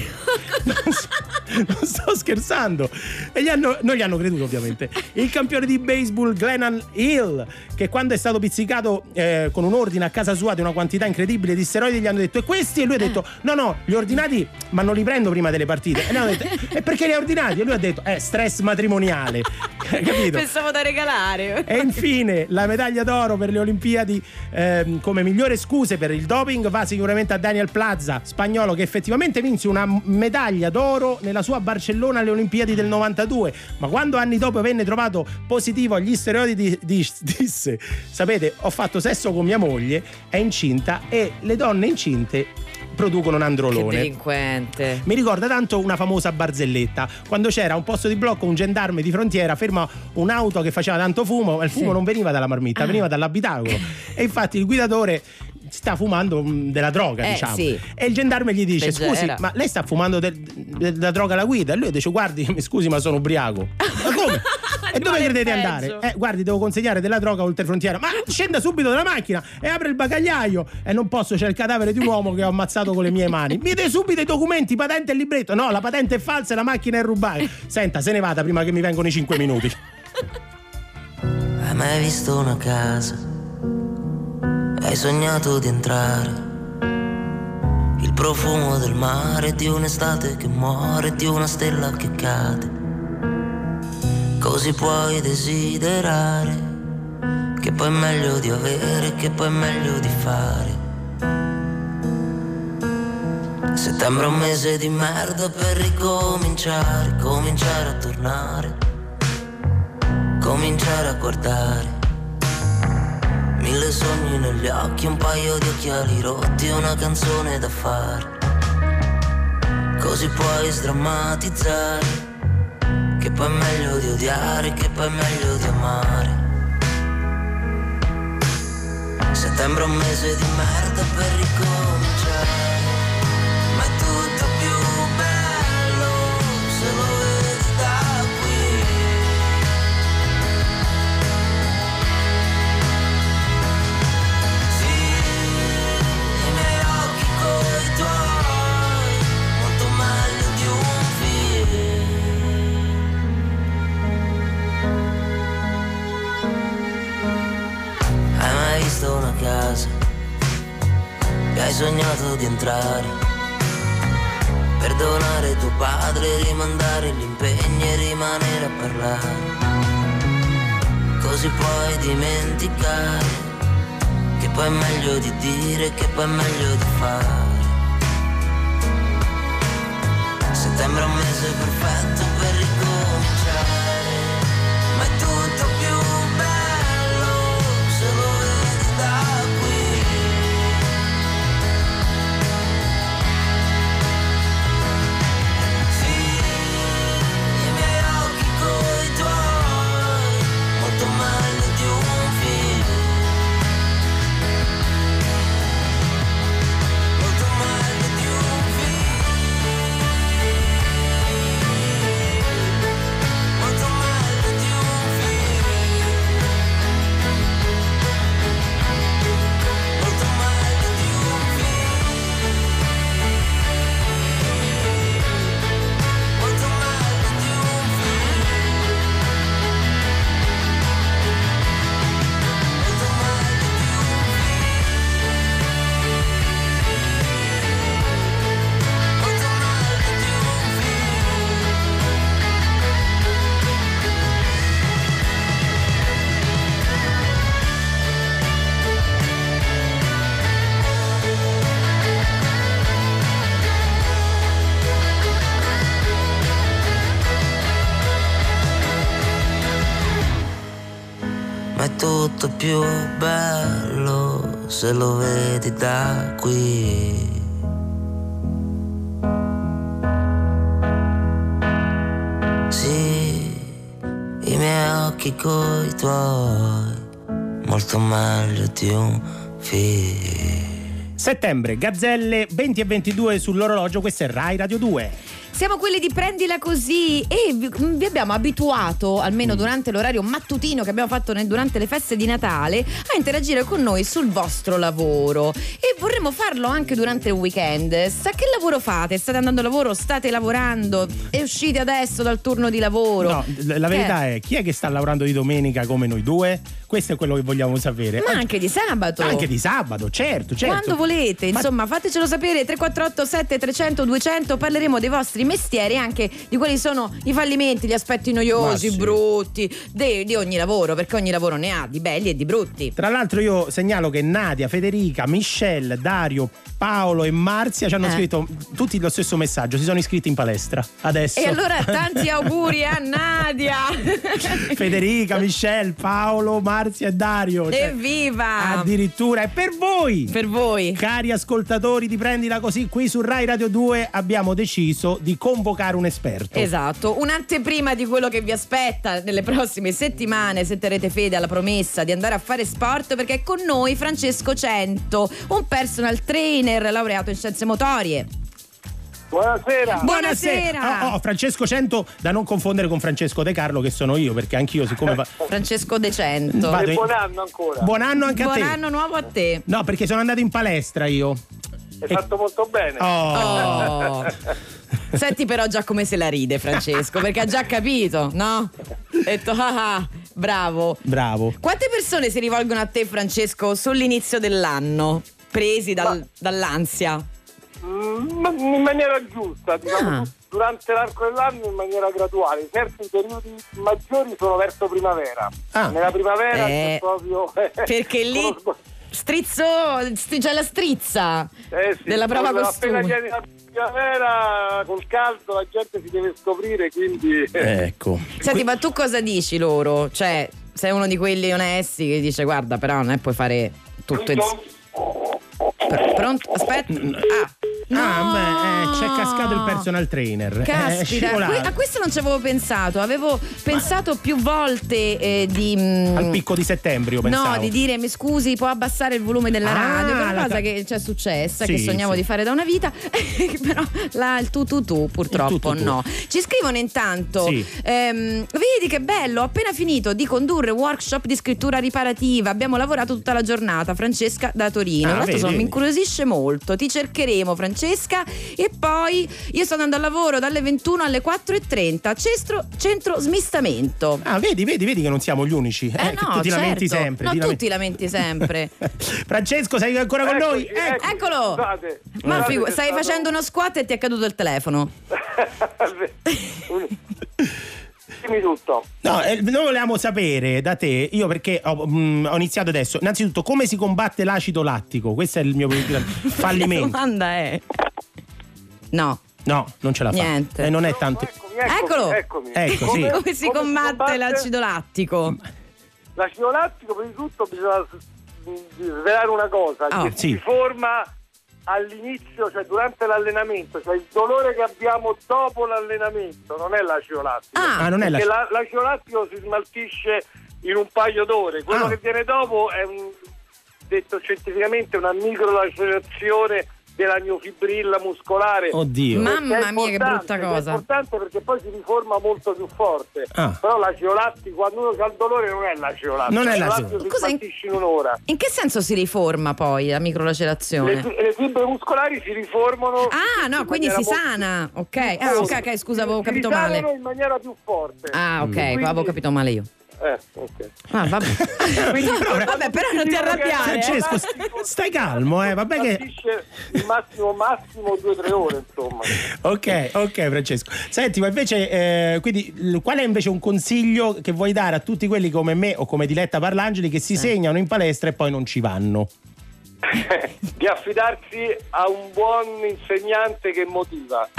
Non sto scherzando. E non gli hanno creduto, ovviamente. Il campione di baseball Glennon Hill, che quando è stato pizzicato con un ordine a casa sua di una quantità incredibile di steroidi, gli hanno detto e questi? E lui ha detto no, gli ordinati ma non li prendo prima delle partite. E gli hanno detto e perché li ha ordinati? E lui ha detto stress matrimoniale. Capito? Pensavo da regalare. E infine la medaglia d'oro per le Olimpiadi come migliore scuse per il doping va sicuramente a Daniel Plaza, spagnolo, che effettivamente vinse una medaglia d'oro nella sua Barcellona alle Olimpiadi del 92, ma quando anni dopo venne trovato positivo agli steroidi disse sapete, ho fatto sesso con mia moglie, è incinta e le donne incinte producono un androlone. Che delinquente. Mi ricorda tanto una famosa barzelletta, quando c'era un posto di blocco, un gendarme di frontiera ferma un'auto che faceva tanto fumo, ma il fumo non veniva dalla marmitta, veniva dall'abitacolo. E infatti il guidatore sta fumando della droga, diciamo. Sì. E il gendarme gli dice scusi, ma lei sta fumando della droga alla guida? E lui dice guardi, mi scusi ma sono ubriaco. Ma come? E dove credete andare? Guardi, devo consegnare della droga oltre frontiera. Ma scenda subito dalla macchina e apre il bagagliaio. E non posso, c'è il cadavere di un uomo che ho ammazzato con le mie mani. Mi dai subito i documenti, patente e libretto. No, la patente è falsa e la macchina è rubata. Senta, se ne vada prima che mi vengono i 5 minuti. Hai mai visto una casa? Hai sognato di entrare? Il profumo del mare, di un'estate che muore, di una stella che cade. Così puoi desiderare, che poi è meglio di avere, che poi è meglio di fare. Settembre è un mese di merda per ricominciare, cominciare a tornare. cominciare a guardare. 1000 sogni negli occhi, un paio di occhiali rotti, una canzone da fare. Così puoi sdrammatizzare, che poi è meglio di odiare, che poi è meglio di amare. Settembre è un mese di merda per ricominciare, ma è tutto più bello se lo vedi da qui. Sì, i miei occhi coi tuoi, molto meglio di un film. Hai mai visto una casa che hai sognato di entrare? Perdonare tuo padre, rimandare gli impegni e rimanere a parlare. Così puoi dimenticare, che poi è meglio di dire, che poi è meglio di fare. Settembre è un mese perfetto per ricominciare, ma è tutto più bello se lo vedi da qui. Sì, i miei occhi coi tuoi, molto meglio di un film. Molto meglio di un film. Molto meglio di un film. Molto meglio di un film. Molto meglio di un film. Molto meglio di un ma è tutto più bello se lo vedi da qui. Sì, i miei occhi coi tuoi, molto meglio di un film. Settembre, Gazzelle, 20 e 22 sull'orologio, questo è Rai Radio 2. Siamo quelli di Prendila Così e vi abbiamo abituato, almeno durante l'orario mattutino che abbiamo fatto durante le feste di Natale, a interagire con noi sul vostro lavoro e vorremmo farlo anche durante il weekend. Sa che lavoro fate? State andando a lavoro? State lavorando? E uscite adesso dal turno di lavoro? No, la verità è, chi è che sta lavorando di domenica come noi due? Questo è quello che vogliamo sapere. Ma anche di sabato. Anche di sabato, certo. Quando volete, insomma, fatecelo sapere. 348 7300 200. Parleremo dei vostri mestieri e anche di quali sono i fallimenti, gli aspetti noiosi, brutti di ogni lavoro, perché ogni lavoro ne ha di belli e di brutti. Tra l'altro io segnalo che Nadia, Federica, Michelle, Dario, Paolo e Marzia ci hanno scritto tutti lo stesso messaggio, si sono iscritti in palestra adesso. E allora tanti auguri a Nadia. Federica, Michelle, Paolo, Marzia e Dario. Evviva! Addirittura è per voi. Per voi. Cari ascoltatori di Prendila Così, qui su Rai Radio 2 abbiamo deciso di convocare un esperto. Esatto, un'anteprima di quello che vi aspetta nelle prossime settimane se terrete fede alla promessa di andare a fare sport, perché è con noi Francesco Cento, un personal trainer laureato in scienze motorie. Buonasera. Buonasera. Francesco Cento, da non confondere con Francesco De Carlo, che sono io, perché anch'io siccome Francesco De Cento. E buon anno ancora. Buon anno anche a te. Buon anno nuovo a te. No, perché sono andato in palestra io. Hai fatto molto bene. Oh. Senti però già come se la ride Francesco, perché ha già capito, no? Ha detto bravo. Quante persone si rivolgono a te, Francesco, sull'inizio dell'anno, presi dall'ansia? In maniera giusta, diciamo, durante l'arco dell'anno in maniera graduale. Certi periodi maggiori sono verso primavera. Nella primavera è proprio perché lì Strizzo, c'è la strizza sì, della prova costume. Appena viene la primavera col caldo la gente si deve scoprire, quindi ecco. Senti, ma tu cosa dici loro? Cioè, sei uno di quelli onesti che dice guarda, però non è puoi fare tutto Pronto? Aspetta. C'è cascato il personal trainer. Caspita, a questo non ci avevo pensato. Avevo pensato più volte al picco di settembre, io pensavo. No, di dire mi scusi, può abbassare il volume della radio, che è una cosa che ci è successa, che sognavo di fare da una vita. Però il tu purtroppo no. Ci scrivono intanto vedi che bello, ho appena finito di condurre workshop di scrittura riparativa, abbiamo lavorato tutta la giornata. Francesca da Torino. Questo mi incuriosisce molto. Ti cercheremo, Francesca. E poi io sto andando al lavoro dalle 21 alle 4:30, centro smistamento. Vedi che non siamo gli unici. Che tu ti lamenti sempre. Tu ti lamenti sempre. Francesco, sei ancora con noi? Eccolo. Scusate, ma stai facendo uno squat e ti è caduto il telefono. Tutto. No, noi volevamo sapere da te, io perché ho iniziato adesso, innanzitutto come si combatte l'acido lattico? Questo è il mio fallimento. La domanda è no, non ce la fa. Niente. E non è tanto. Eccolo. Ecco, come si combatte l'acido lattico? L'acido lattico, prima di tutto bisogna svelare una cosa, che si forma all'inizio, cioè durante l'allenamento, cioè il dolore che abbiamo dopo l'allenamento non è l'acido lattico. Non è l'acido lattico si smaltisce in un paio d'ore. Quello che viene dopo è detto scientificamente una microlacerazione della miofibrilla muscolare. Oddio. Mamma mia, che brutta cosa. È importante perché poi si riforma molto più forte. Però l'acido lattico, quando uno ha il dolore, non è l'acido lattico. Non è l'acido lattico, si smaltisce in un'ora. In che senso si riforma poi la microlacerazione? Le fibre muscolari si riformano. Quindi si sana. Ok, scusa, avevo capito male. In maniera più forte. Quindi avevo capito male io. Ok. Vabbè. Vabbè, però non ti arrabbiare. Francesco, stai calmo, vabbè che il massimo 2-3 ore, insomma. Ok, Francesco. Senti, ma invece quindi qual è invece un consiglio che vuoi dare a tutti quelli come me o come Diletta Parlangeli che si segnano in palestra e poi non ci vanno? Di affidarsi a un buon insegnante che motiva.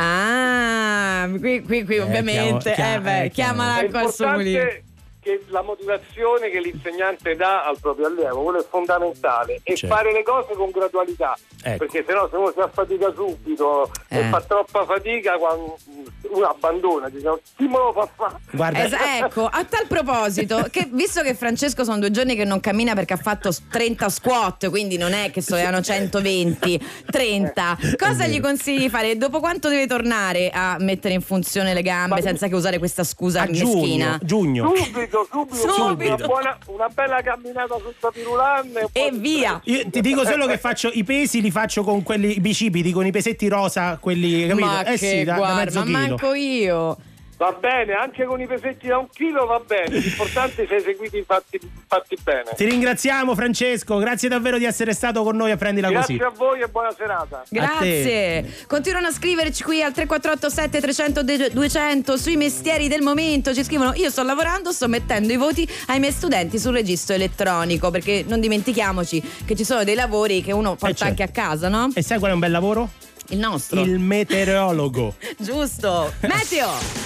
Qui ovviamente chiamala al corso mulino. Che la motivazione che l'insegnante dà al proprio allievo, quello è fondamentale, e fare le cose con gradualità, perché sennò se uno si affatica subito e fa troppa fatica, quando uno abbandona, diciamo, chi me lo fa fare? Guarda. Ecco, a tal proposito, che visto che Francesco sono 2 giorni che non cammina perché ha fatto 30 squat, quindi non è che erano 120, 30, cosa gli consigli di fare? Dopo quanto deve tornare a mettere in funzione le gambe senza che usare questa scusa meschina? Giugno. Subito. Una bella camminata sul tapirulan e via. Io ti dico solo che faccio i pesi, li faccio con quelli bicipiti, con i pesetti rosa, quelli, capito? Ma da mezzo chilo. Manco io. Va bene, anche con i pesetti da 1 chilo va bene, l'importante è se eseguiti fatti bene. Ti ringraziamo Francesco, grazie davvero di essere stato con noi a Prendila Così. Grazie a voi e buona serata. Grazie. Continuano a scriverci qui al 3487 300 200 sui mestieri del momento. Ci scrivono: io sto lavorando, sto mettendo i voti ai miei studenti sul registro elettronico, perché non dimentichiamoci che ci sono dei lavori che uno porta anche a casa, no? E sai qual è un bel lavoro? Il nostro. Il meteorologo. Giusto. Meteo.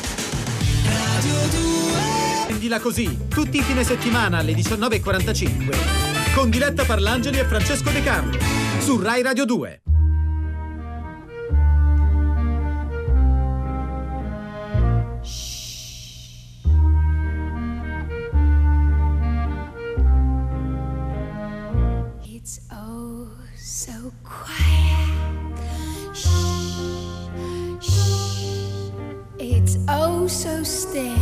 Prendila Così, tutti i fine settimana alle 19:45 con Diletta Parlangeli e Francesco De Carlo su Rai Radio 2. It's oh so quiet. Shh, shh. It's oh so still.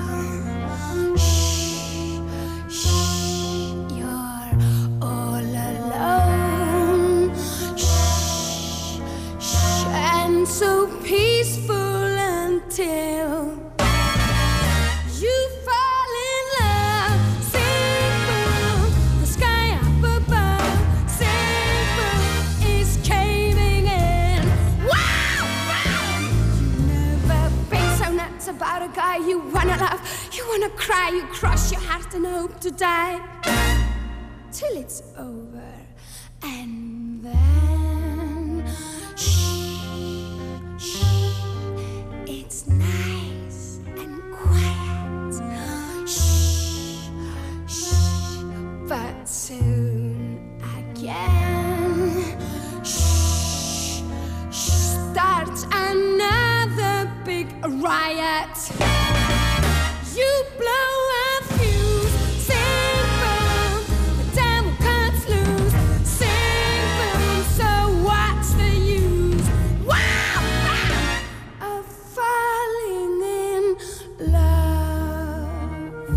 Shh, shh. You're all alone. Shh, shh. And so peaceful until you fall in love. Simple, the sky up above. Simple is caving in. Wow, wow. You've never been so nuts about a guy you wanna love. You wanna cry, you cross your heart and hope to die till it's over. and then shh, shh, it's nice and quiet. Shh, shh, but soon again, shh, shh, starts another big riot. You blow a fuse, sing boom, the devil cuts loose, sing boom, so what's the use? Wow, of falling in love.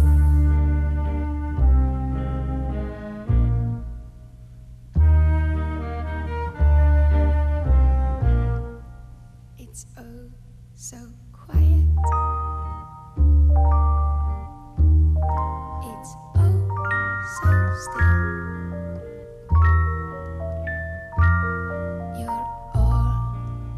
It's oh so quiet. It's oh so still. You're all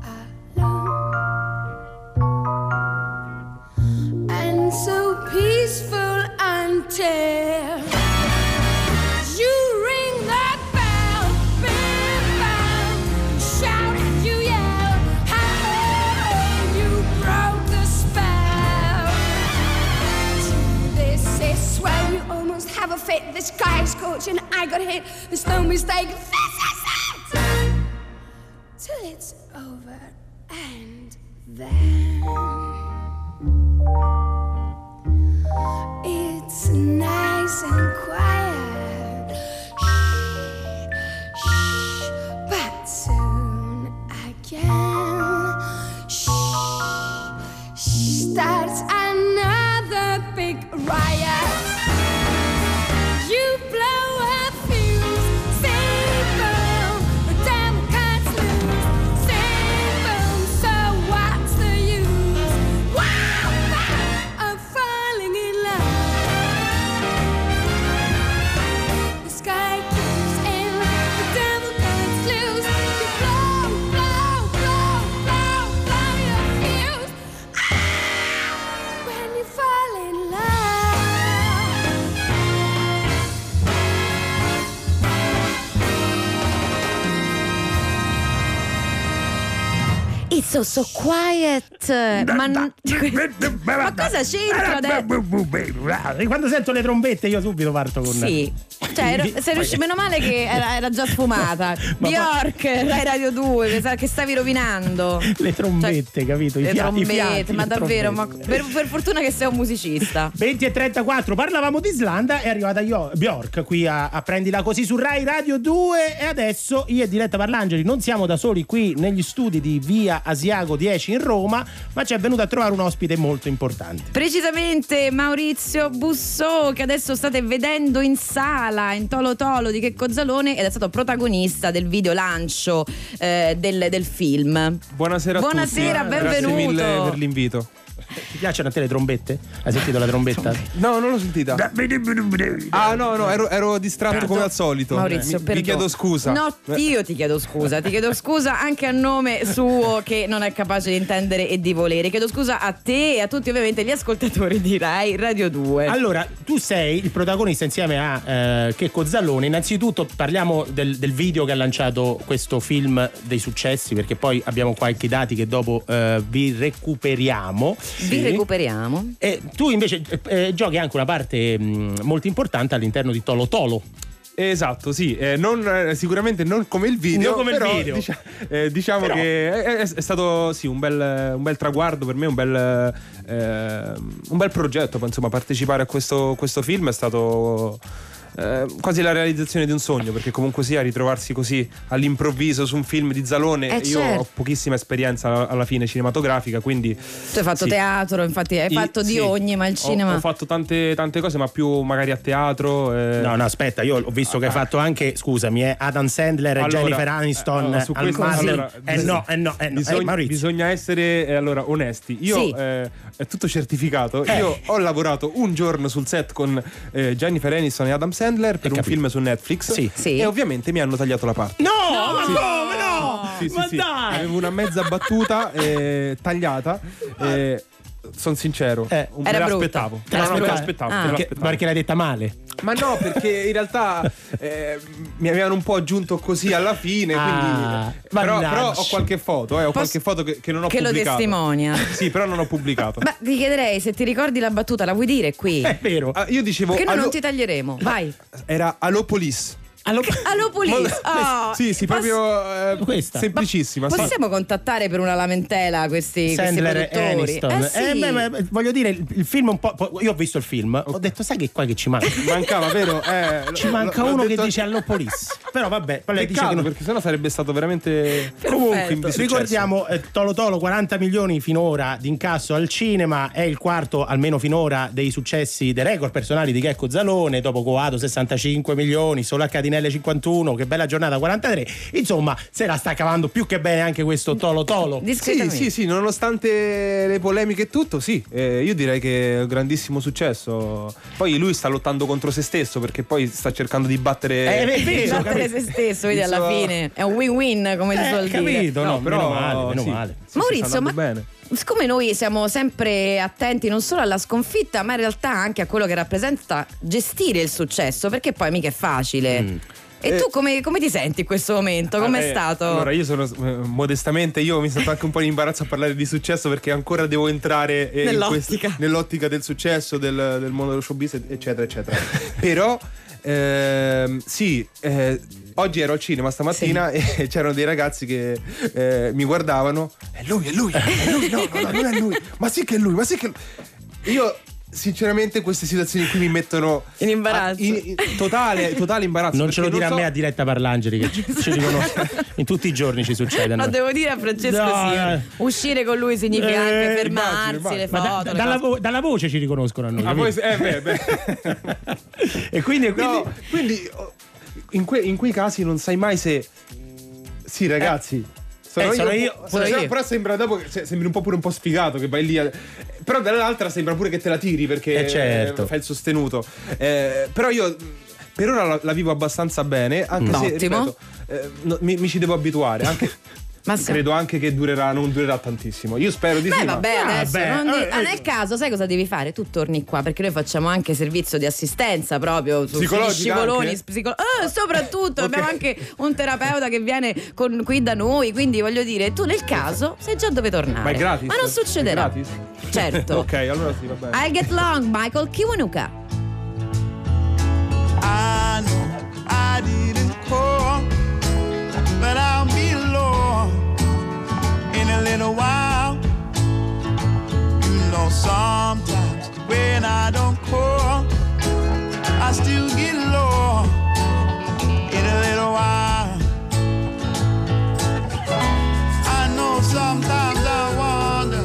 alone and so peaceful until you ring that bell, big bell, shout and you yell, how you broke the spell. This is swell, you almost have a fit. The sky is scorching, I got hit. There's no mistake. This is it. Till it's over and then it's nice and quiet. Shh, shh, but soon again, shh, starts another big riot. You blow a fuse, sing boom, the devil cuts loose, sing boom, so what's the use? Wow, of falling in love. The sky keeps in, the devil cuts loose, you blow, blow, blow, blow, blow your fuse. When you fall in love. It's so quiet. Ma cosa c'entra adesso? Quando sento le trombette io subito parto con... Sì, cioè meno male che era già sfumata. Bjork, Rai Radio 2, che stavi rovinando. Le trombette, capito? Le trombette, ma davvero, ma per fortuna che sei un musicista. 20:34, parlavamo di Islanda, è arrivata Bjork qui a Prendila Così su Rai Radio 2 e adesso io e Diletta Parlangeli non siamo da soli qui negli studi di Via Asiago 10 in Roma, ma ci è venuto a trovare un ospite molto importante. Precisamente Maurizio Bussò, che adesso state vedendo in sala in Tolo Tolo di Checco Zalone ed è stato protagonista del video lancio del film. Buonasera a tutti. Buonasera, benvenuto. Grazie mille per l'invito. Ti piacciono a te le trombette? Hai sentito la trombetta? No, non l'ho sentita. Ah no, ero distratto come al solito. Maurizio, mi chiedo scusa. No, io ti chiedo scusa. Ti chiedo scusa anche a nome suo che non è capace di intendere e di volere. Chiedo scusa a te e a tutti ovviamente gli ascoltatori di Rai Radio 2. Allora, tu sei il protagonista insieme a Checco Zalone. Innanzitutto parliamo del video che ha lanciato questo film dei successi, perché poi abbiamo qualche dati che dopo vi recuperiamo. Vi recuperiamo. E tu invece giochi anche una parte molto importante all'interno di Tolo Tolo. Esatto, sì, sicuramente non come il video, non come però, il video. Diciamo però... che è stato sì un bel traguardo per me, un bel progetto, insomma, partecipare a questo film è stato quasi la realizzazione di un sogno, perché comunque sia ritrovarsi così all'improvviso su un film di Zalone. Io ho pochissima esperienza alla fine cinematografica, quindi tu hai fatto teatro, infatti hai fatto di ogni, ma il cinema ho fatto tante cose, ma più magari a teatro. No, aspetta, io ho visto che hai fatto anche, scusami, Adam Sandler e Jennifer Aniston su questo, bisogna essere onesti. Io è tutto certificato. Io ho lavorato un giorno sul set con Jennifer Aniston e Adam Sandler per un film su Netflix, e ovviamente mi hanno tagliato la parte. No, ma come no? Sì. Avevo una mezza battuta tagliata. sono sincero, me l'aspettavo. Perché l'hai detta male? Ma no, perché in realtà mi avevano un po' aggiunto così alla fine, quindi però ho qualche foto, qualche foto che non ho pubblicato. Che lo testimonia. Sì, però non ho pubblicato. Ma ti chiederei se ti ricordi la battuta, la vuoi dire qui? È vero. Io dicevo che noi non ti taglieremo. Vai. Era Allopolis. Allopolis. Sì, proprio questa. Semplicissima. Possiamo contattare per una lamentela questi Sandler e Aniston. Sì. Voglio dire, il film un po'. Io ho visto il film, ho detto, sai che qua che ci manca? Mancava, vero? Ci manca uno che dice Allopolis. Però vabbè, lei dice che perché sennò sarebbe stato veramente. Comunque, ricordiamo Tolo Tolo, 40 milioni finora di incasso al cinema, è il quarto almeno finora dei successi, dei record personali di Checco Zalone, dopo Coato 65 milioni, solo Accadinelli 51, che bella giornata 43. Insomma, se la sta cavando più che bene anche questo Tolo Tolo. Sì, nonostante le polemiche e tutto, io direi che è un grandissimo successo. Poi lui sta lottando contro se stesso, perché poi sta cercando di battere se stesso, vedi, alla fine è un win-win, come si suol dire. Capito, no, però meno male. Maurizio, ma bene. Siccome noi siamo sempre attenti non solo alla sconfitta, ma in realtà anche a quello che rappresenta gestire il successo, perché poi mica è facile. E tu come ti senti in questo momento? Com'è stato? Allora, io sono modestamente, mi sento anche un po' in imbarazzo a parlare di successo, perché ancora devo entrare nell'ottica del successo, del mondo dello showbiz, eccetera, eccetera. Però oggi ero al cinema stamattina e c'erano dei ragazzi che mi guardavano. È lui, no, non è lui. Ma sì che è lui, Io sinceramente queste situazioni qui mi mettono in imbarazzo, totale imbarazzo. Non ce lo dire a me, a Diletta Parlangeli, che ci riconosco. In tutti i giorni ci succede. No, devo dire a Francesco uscire con lui significa anche fermarsi, le foto. Dalla voce ci riconoscono a noi. E quindi in quei casi non sai mai se. Sì, ragazzi. Sono io. Però sembra dopo che sembri un po' pure un po' sfigato, che vai lì però dall'altra sembra pure che te la tiri, perché fai il sostenuto. Però io per ora la vivo abbastanza bene, anche se ripeto, mi ci devo abituare, anche ma credo anche che non durerà tantissimo. Io spero di sì. Vabbè, adesso nel caso sai cosa devi fare? Tu torni qua, perché noi facciamo anche servizio di assistenza proprio sugli scivoloni, soprattutto abbiamo anche un terapeuta che viene qui da noi, quindi voglio dire, tu nel caso sai già dove tornare. Ma è gratis? Ma non succederà. È gratis? Certo. Ok, allora sì, va bene. I'll Get Long, Michael Kiwanuka. I know I didn't call, but I'll be alone in a little while. You know, sometimes when I don't call, I still get low in a little while. I know sometimes I wonder,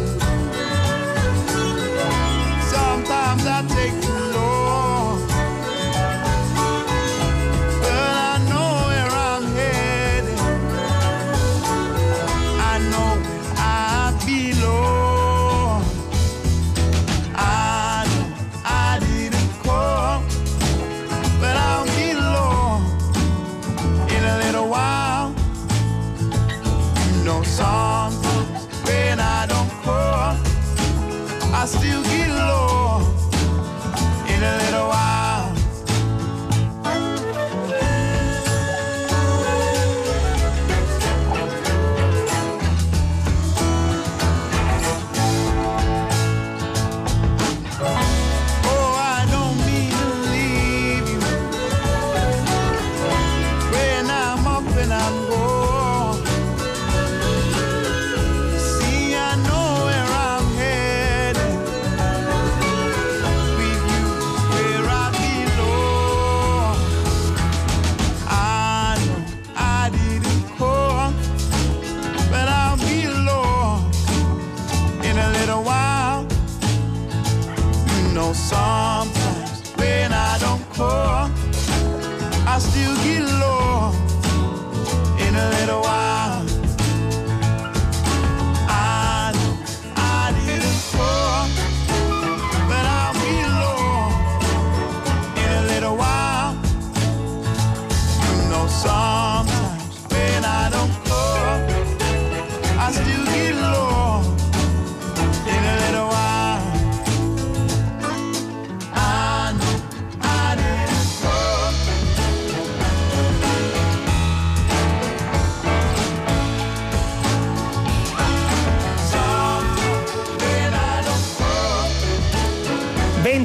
sometimes I take too long, but I know where I'm headed, I know where I belong. I know I didn't call, but I'll be alone in a little while. You know, sometimes when I don't call, I still get low in a little while. Oh, I don't mean to leave you when I'm up and I'm gone. See, I know where I'm headed,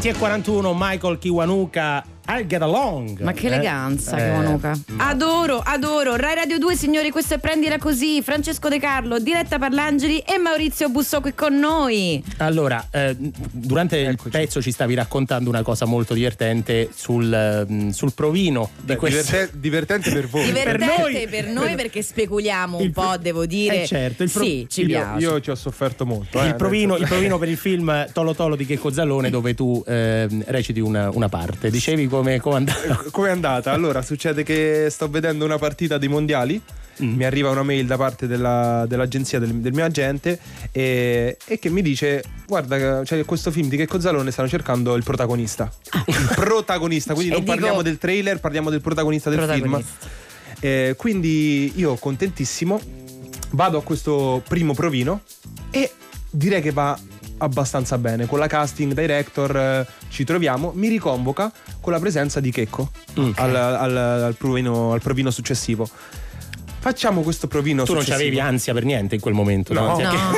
20:41, Michael Kiwanuka, I'll Get Along. Ma che eleganza, Kiwanuka. Adoro. Rai Radio 2, signori, questo è Prendila Così. Francesco De Carlo, Diletta Parlangeli e Maurizio Busso qui con noi. Allora, durante il pezzo ci stavi raccontando una cosa molto divertente sul provino. Divertente per voi. Divertente per noi perché speculiamo un po', devo dire. Certo, sì, ci piace. Io ci ho sofferto molto. Il provino per il film Tolo Tolo di Checco Zalone, dove tu reciti una parte. Dicevi come è andata? Come è andata? Allora, succede che sto vedendo una partita dei mondiali. Mi arriva una mail da parte dell'agenzia del mio agente e che mi dice: guarda, c'è questo film di Checco Zalone, stanno cercando il protagonista. Il protagonista, quindi non parliamo del trailer, parliamo del protagonista del film. Quindi io, contentissimo, vado a questo primo provino e direi che va abbastanza bene. Con la casting director ci troviamo, mi riconvoca con la presenza di Checco al provino successivo. Facciamo questo provino successivo. Tu non c'avevi ansia per niente in quel momento, no?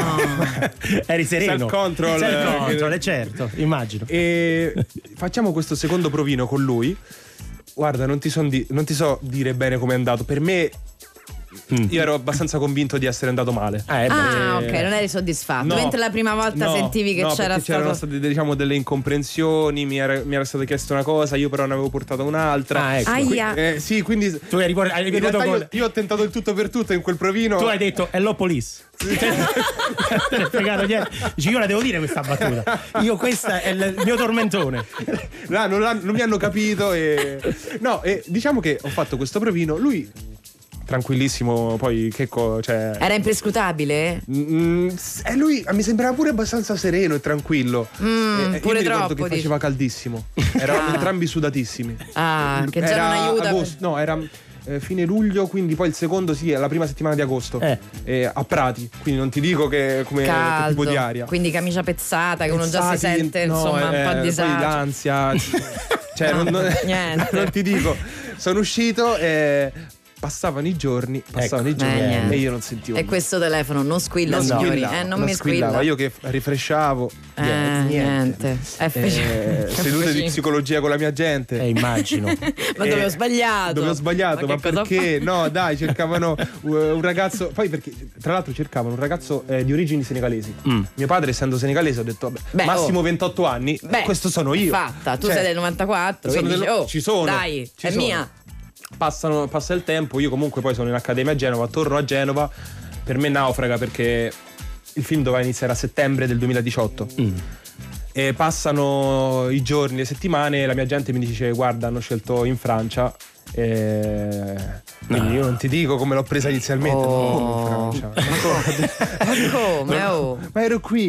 Eri sereno. Self-control, certo, immagino. E facciamo questo secondo provino con lui. Guarda, non ti so dire bene com'è andato. Per me io ero abbastanza convinto di essere andato male. Ok, non eri soddisfatto. Mentre la prima volta sentivi che c'erano state, diciamo, delle incomprensioni. Mi era stato chiesto una cosa, io però ne avevo portata un'altra. Sì, quindi tu hai ripetuto io ho tentato il tutto per tutto in quel provino. Tu hai detto hello police. Te ne è fregato niente. Dici, io la devo dire questa battuta. Questa è il mio tormentone. Non mi hanno capito e diciamo che ho fatto questo provino. Lui tranquillissimo, poi Checco, era imprescrutabile? Lui mi sembrava pure abbastanza sereno e tranquillo. Pure troppo. Che faceva caldissimo. Eravamo entrambi sudatissimi. Che già non aiuta. Agosto, era fine luglio, quindi poi il secondo è la prima settimana di agosto. A Prati, quindi non ti dico che che tipo di aria. Quindi camicia pezzata, che uno già si sente insomma un po' a disagio. Poi l'ansia. Niente. Non ti dico. Sono uscito e passavano i giorni e io non sentivo. E questo telefono non squilla, signori. Non mi squilla. Io che rifreshavo. Niente. Sedute di psicologia con la mia gente. Immagino. Ma dove ho sbagliato? Ma perché? No, dai, cercavano un ragazzo. Poi perché, tra l'altro, cercavano un ragazzo di origini senegalesi. Mio padre, essendo senegalese, ho detto massimo 28 anni. Questo sono io. Fatta. Tu sei del 94. Ci sono. Dai, è mia. Passa il tempo, io comunque poi sono in accademia a Genova, torno a Genova, per me naufraga perché il film doveva iniziare a settembre del 2018 e passano i giorni, le settimane e la mia gente mi dice: guarda, hanno scelto in Francia. Quindi io non ti dico come l'ho presa inizialmente. Come in Francia? Ma ero qui.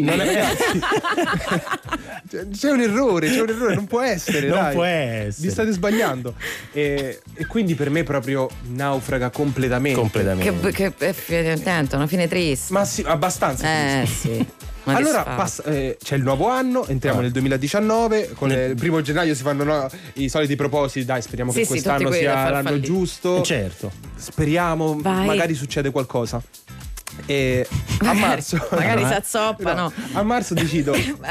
C'è un errore, non può essere. Non può essere. Vi state sbagliando. E quindi per me proprio naufraga completamente. Che una fine triste. Ma sì, abbastanza triste. Sì. Allora c'è il nuovo anno, entriamo nel 2019, con il 1° gennaio si fanno i soliti propositi, dai, speriamo che quest'anno sia l'anno giusto. Certo. Speriamo, magari succede qualcosa. E a marzo magari si azzoppano. A marzo decido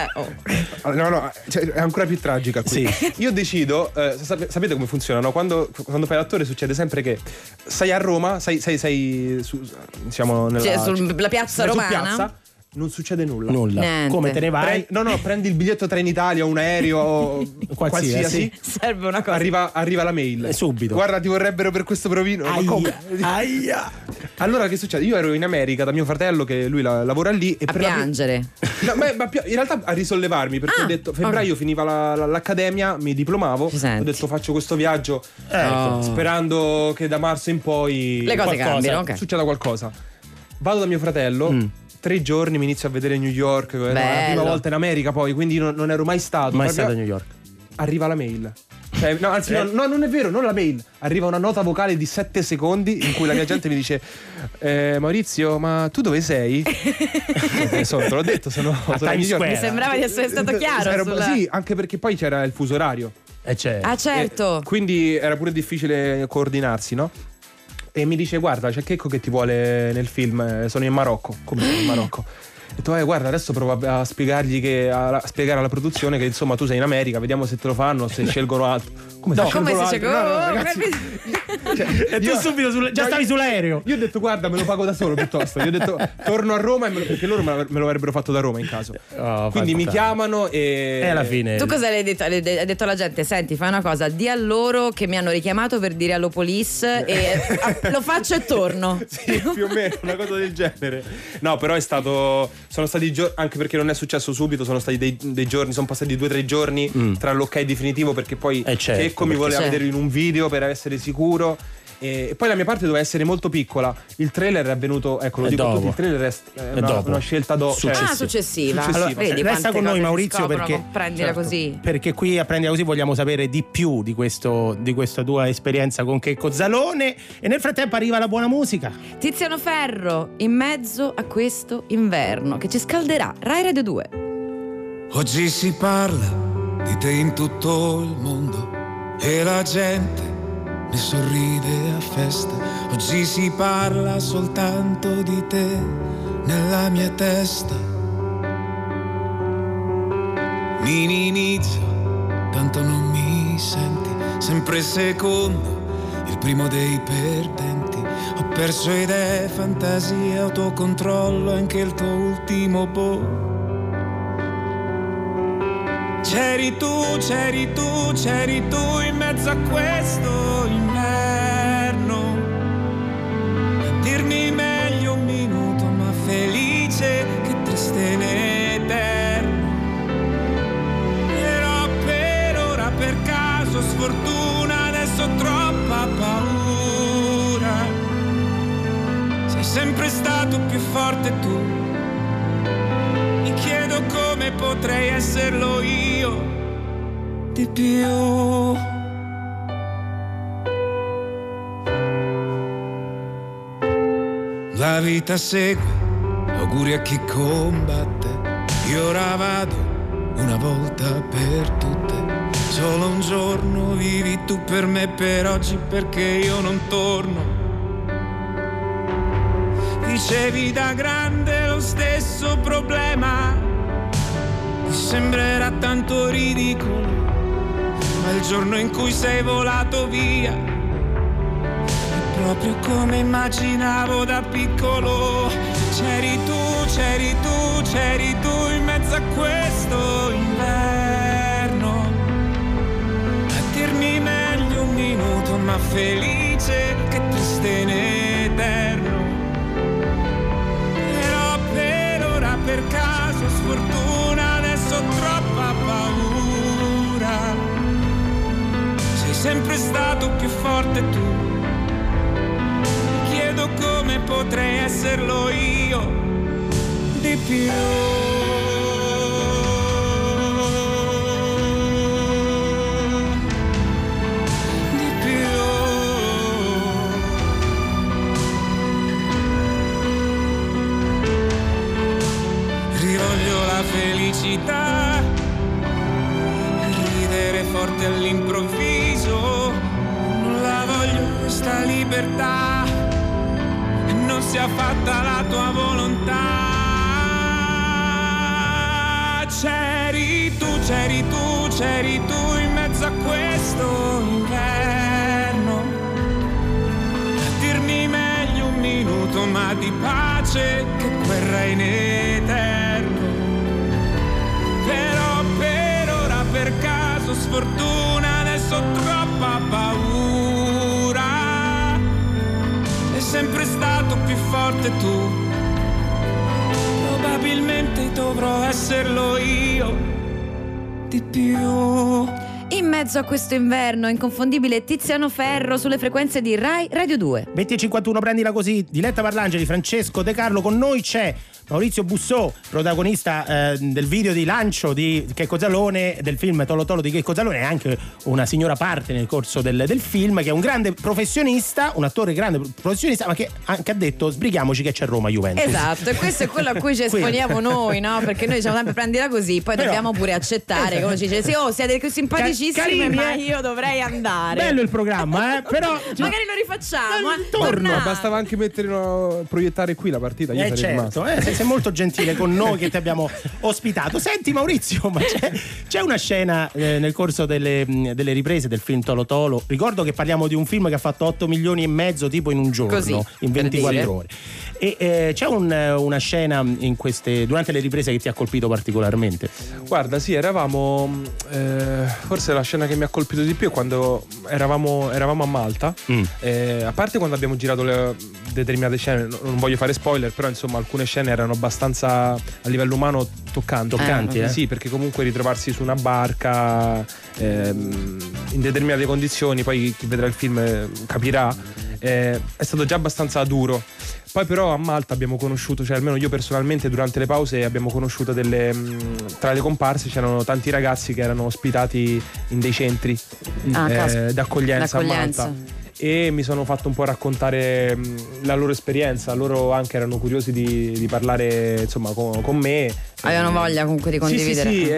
è ancora più tragica qui. Io decido, sapete come funziona, no? Quando fai l'attore succede sempre che sei a Roma, sei diciamo sulla piazza romana, non succede nulla. Niente. Come te ne vai? Prendi il biglietto Trenitalia o un aereo qualsiasi. Serve una cosa. Arriva la mail. Subito. Guarda, ti vorrebbero per questo provino. Aia. Allora che succede? Io ero in America da mio fratello, che lui lavora lì. A piangere. Ma in realtà a risollevarmi, perché ho detto febbraio finiva l'accademia, mi diplomavo. Ho detto faccio questo viaggio sperando che da marzo in poi le cose cambino. Succeda qualcosa. Vado da mio fratello. 3 giorni mi inizio a vedere New York, la prima volta in America, poi quindi non ero mai stato. Mai stato a New York. Arriva la mail. No, non è vero, non la mail. Arriva una nota vocale di 7 secondi in cui la mia gente mi dice: Maurizio, ma tu dove sei? Te l'ho detto, sono a New York. Mi sembrava di essere stato chiaro. Sì, anche perché poi c'era il fuso orario. Certo. Quindi era pure difficile coordinarsi, no? E mi dice: guarda, c'è Checco che ti vuole nel film, sono in Marocco. Come sono in Marocco? detto guarda, adesso provo a spiegargli a spiegare alla produzione che insomma tu sei in America, vediamo se te lo fanno, se scelgono altro. Come se e tu subito già stavi sull'aereo. Io ho detto guarda, me lo pago da solo piuttosto. Io ho detto torno a Roma perché loro me lo avrebbero fatto da Roma in caso. Quindi mi chiamano e alla fine. Tu cosa hai detto? Hai detto alla gente: senti, fai una cosa, di a loro che mi hanno richiamato per dire allo police e lo faccio e torno. Sì, più o meno una cosa del genere. No, però sono stati anche perché non è successo subito, sono stati dei giorni, sono passati 2-3 giorni tra l'ok definitivo, perché poi Checco mi voleva vedere in un video per essere sicuro. E poi la mia parte doveva essere molto piccola. Il trailer è venuto, ecco, lo dico a tutti, il trailer è una scelta successiva. Allora, vedi, resta con noi Maurizio prendila così. Perché qui a Prendila Così vogliamo sapere di più di questa tua esperienza con Checco Zalone. E nel frattempo arriva la buona musica. Tiziano Ferro, In mezzo a questo inverno, che ci scalderà. Rai Radio 2. Oggi si parla di te in tutto il mondo e la gente ne sorride a festa. Oggi si parla soltanto di te nella mia testa. Inizio, tanto non mi senti, sempre secondo, il primo dei perdenti. Ho perso idee, fantasie, autocontrollo, anche il tuo ultimo C'eri tu in mezzo a questo inverno, a dirmi meglio un minuto, ma felice che triste in eterno. Però per ora, per caso, sfortuna, adesso ho troppa paura. Sei sempre stato più forte tu. Mi chiedo come potrei esserlo io di più. La vita segue, auguri a chi combatte. Io ora vado una volta per tutte. Solo un giorno vivi tu per me, per oggi, perché io non torno. Dicevi da grande lo stesso problema, ti sembrerà tanto ridicolo, ma il giorno in cui sei volato via è proprio come immaginavo da piccolo. C'eri tu in mezzo a questo inverno, a dirmi meglio un minuto, ma felice che triste in eterno. Per caso, sfortuna, adesso ho troppa paura. Sei sempre stato più forte tu. Mi chiedo come potrei esserlo io di più. Felicità, ridere forte all'improvviso, non la voglio questa libertà, non sia fatta la tua volontà. C'eri tu in mezzo a questo inverno, a dirmi meglio un minuto, ma di pace che guerra in eterno. Però per ora, per caso, sfortuna, adesso ho troppa paura. Sei sempre stato più forte tu. Probabilmente dovrò esserlo io di più. In mezzo a questo inverno, inconfondibile Tiziano Ferro sulle frequenze di Rai Radio 2. 20:51, Prendila Così. Diletta Parlangeli, Francesco De Carlo. Con noi c'è Maurizio Bussò, protagonista del video di lancio di Checco Zalone, del film Tolo Tolo di Checco Zalone, e anche una signora parte nel corso del film, che è un grande professionista, un attore grande professionista, ma che anche ha detto sbrighiamoci che c'è Roma Juventus. Esatto, e questo è quello a cui ci esponiamo noi, no? Perché noi diciamo sempre Prendila Così, poi dobbiamo pure accettare, come ci dice, sì, siete simpaticissimi, carini, ma io dovrei andare. Bello il programma, però magari lo rifacciamo, torno. Bastava anche proiettare qui la partita, io sarei certo, rimasto. sei molto gentile con noi che ti abbiamo ospitato. Senti Maurizio, ma c'è una scena nel corso delle riprese del film Tolo Tolo. Ricordo che parliamo di un film che ha fatto 8 milioni e mezzo tipo in un giorno, così, in 24 ore. E c'è una scena durante le riprese che ti ha colpito particolarmente? Guarda, sì, eravamo forse la scena che mi ha colpito di più è quando eravamo a Malta. A parte quando abbiamo girato le determinate scene, non voglio fare spoiler, però insomma alcune scene erano abbastanza a livello umano toccanti. Sì, perché comunque ritrovarsi su una barca in determinate condizioni, poi chi vedrà il film capirà, è stato già abbastanza duro. Poi però a Malta abbiamo conosciuto, cioè almeno io personalmente durante le pause abbiamo conosciuto tra le comparse c'erano tanti ragazzi che erano ospitati in dei centri d'accoglienza a Malta, e mi sono fatto un po' raccontare la loro esperienza. Loro anche erano curiosi di parlare insomma con me, avevano voglia comunque di condividere. Sì,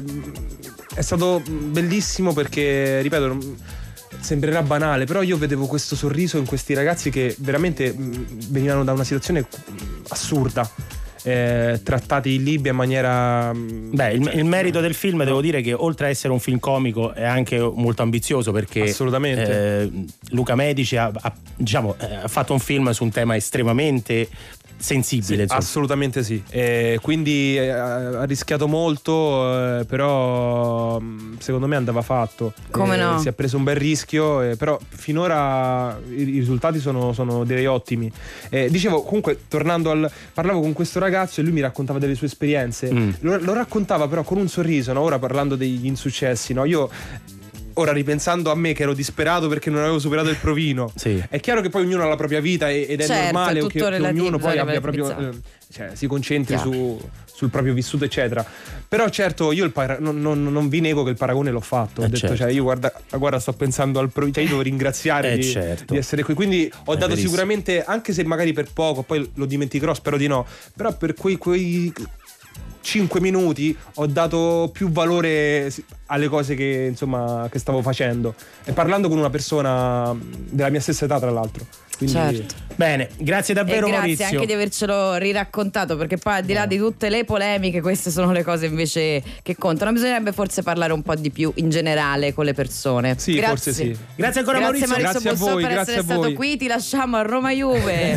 è stato bellissimo perché, ripeto, sembrerà banale, però io vedevo questo sorriso in questi ragazzi che veramente venivano da una situazione assurda, trattati in Libia in maniera... il merito del film, devo dire che oltre a essere un film comico è anche molto ambizioso, perché assolutamente Luca Medici ha fatto un film su un tema estremamente sensibile. Sì, assolutamente sì, quindi ha rischiato molto, però secondo me andava fatto. Come no? Si è preso un bel rischio, però finora i risultati sono direi ottimi. Dicevo, comunque, parlavo con questo ragazzo e lui mi raccontava delle sue esperienze. Lo raccontava però con un sorriso, no? Ora parlando degli insuccessi, no? Ora ripensando a me che ero disperato perché non avevo superato il provino, è chiaro che poi ognuno ha la propria vita ed è normale che ognuno poi abbia proprio si concentri sul proprio vissuto eccetera. Però certo io non vi nego che il paragone l'ho fatto, ho detto cioè io guarda sto pensando al provino, io devo ringraziare di essere qui, quindi ho dato sicuramente, anche se magari per poco, poi lo dimenticherò, spero di no, però per quei 5 minuti ho dato più valore alle cose che stavo facendo, e parlando con una persona della mia stessa età, tra l'altro. Quindi... Bene, grazie davvero Maurizio. Grazie anche di avercelo riraccontato, perché poi al di là di tutte le polemiche, queste sono le cose invece che contano. Bisognerebbe forse parlare un po' di più in generale con le persone. Sì, grazie. Forse sì. Grazie ancora Maurizio. Grazie a voi, per essere stato qui. Ti lasciamo a Roma Juve.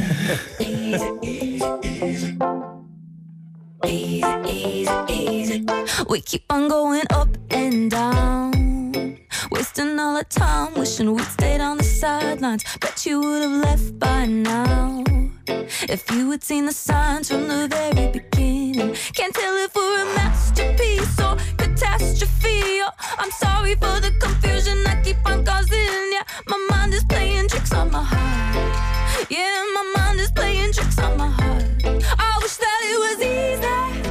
Easy, easy, easy. We keep on going up and down, wasting all our time, wishing we'd stayed on the sidelines. Bet you would have left by now if you had seen the signs from the very beginning. Can't tell if we're a masterpiece or catastrophe. Oh, I'm sorry for the confusion I keep on causing. Yeah, my mind is playing tricks on my heart. Yeah, my mind is playing tricks on my heart. I wish that it was easy.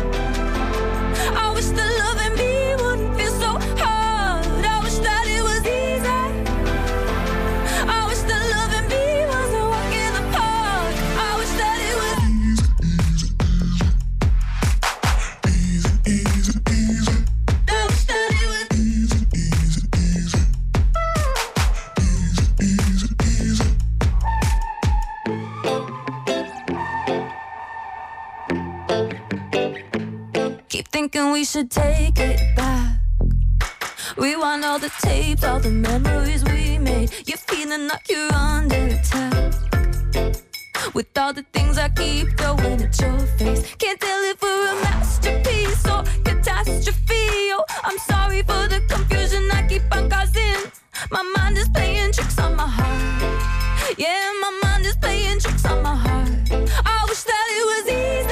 I wish that loving me wouldn't feel so hard. I wish that it was easy. I wish that loving me was a walk in the park. I wish that it was easy, easy. I wish that it was easy, easy, easy. Easy, easy, easy. Keep thinking we should take it back. Rewind all the tapes, all the memories we made. You're feeling like you're under attack, with all the things I keep throwing at your face. Can't tell if we're a masterpiece or catastrophe. Oh, I'm sorry for the confusion I keep on causing. My mind is playing tricks on my heart. Yeah, my mind is playing tricks on my heart. I wish that it was easy.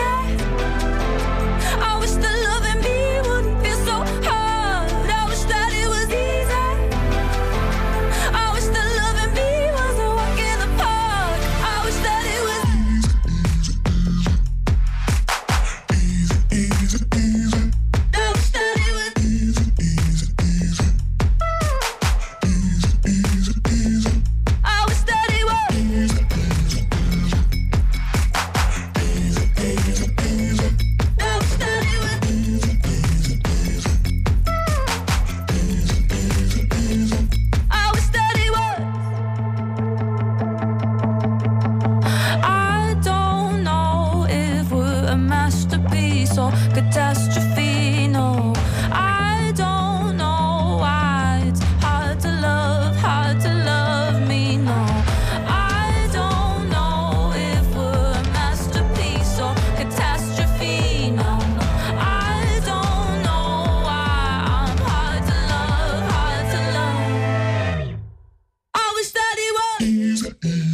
I wish that loving me wouldn't feel so hard. I wish that it was easy. I wish that loving me was a walk in the park. I wish that it was easy, easy, easy. catastrophe. No, I don't know why it's hard to love me. No, I don't know if we're a masterpiece or catastrophe. No, I don't know why I'm hard to love. I wish that it was easy.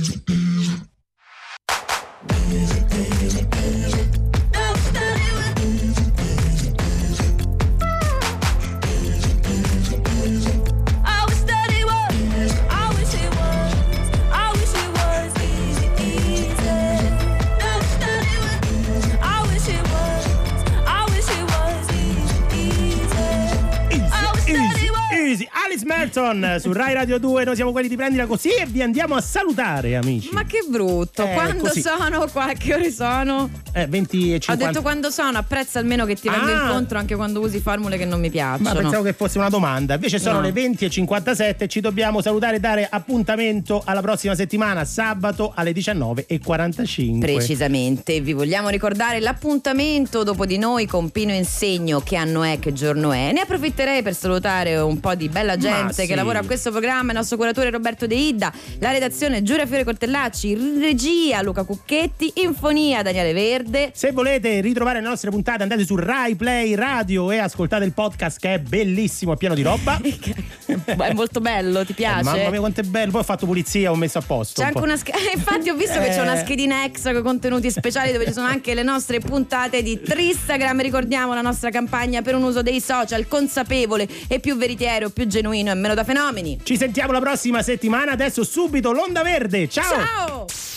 Alice Merton su Rai Radio 2, noi siamo quelli di Prendila Così e vi andiamo a salutare, amici. Ma che brutto, quando così sono? Che ore sono? 20 e 50. Ho detto quando sono, apprezza almeno che ti vengo incontro anche quando usi formule che non mi piacciono. Ma pensavo che fosse una domanda, invece sono le 20 e 57, ci dobbiamo salutare e dare appuntamento alla prossima settimana, sabato alle 19:45. Precisamente, vi vogliamo ricordare l'appuntamento dopo di noi con Pino Insegno, che anno è, che giorno è. Ne approfitterei per salutare un po' di bella gente che lavora a questo programma, il nostro curatore Roberto De Idda, la redazione Giulia Fiore Cortellacci, regia Luca Cucchetti, infonia Daniele Verde. Se volete ritrovare le nostre puntate andate su Rai Play Radio e ascoltate il podcast che è bellissimo, è pieno di roba. È molto bello, ti piace? Mamma mia quanto è bello, poi ho fatto pulizia, ho messo a posto. C'è anche una infatti ho visto che c'è una schedina extra con contenuti speciali dove ci sono anche le nostre puntate di Tristagram. Ricordiamo la nostra campagna per un uso dei social consapevole e più veritiero, più genuino e meno da fenomeni. Ci sentiamo la prossima settimana, adesso subito l'Onda Verde. Ciao! Ciao!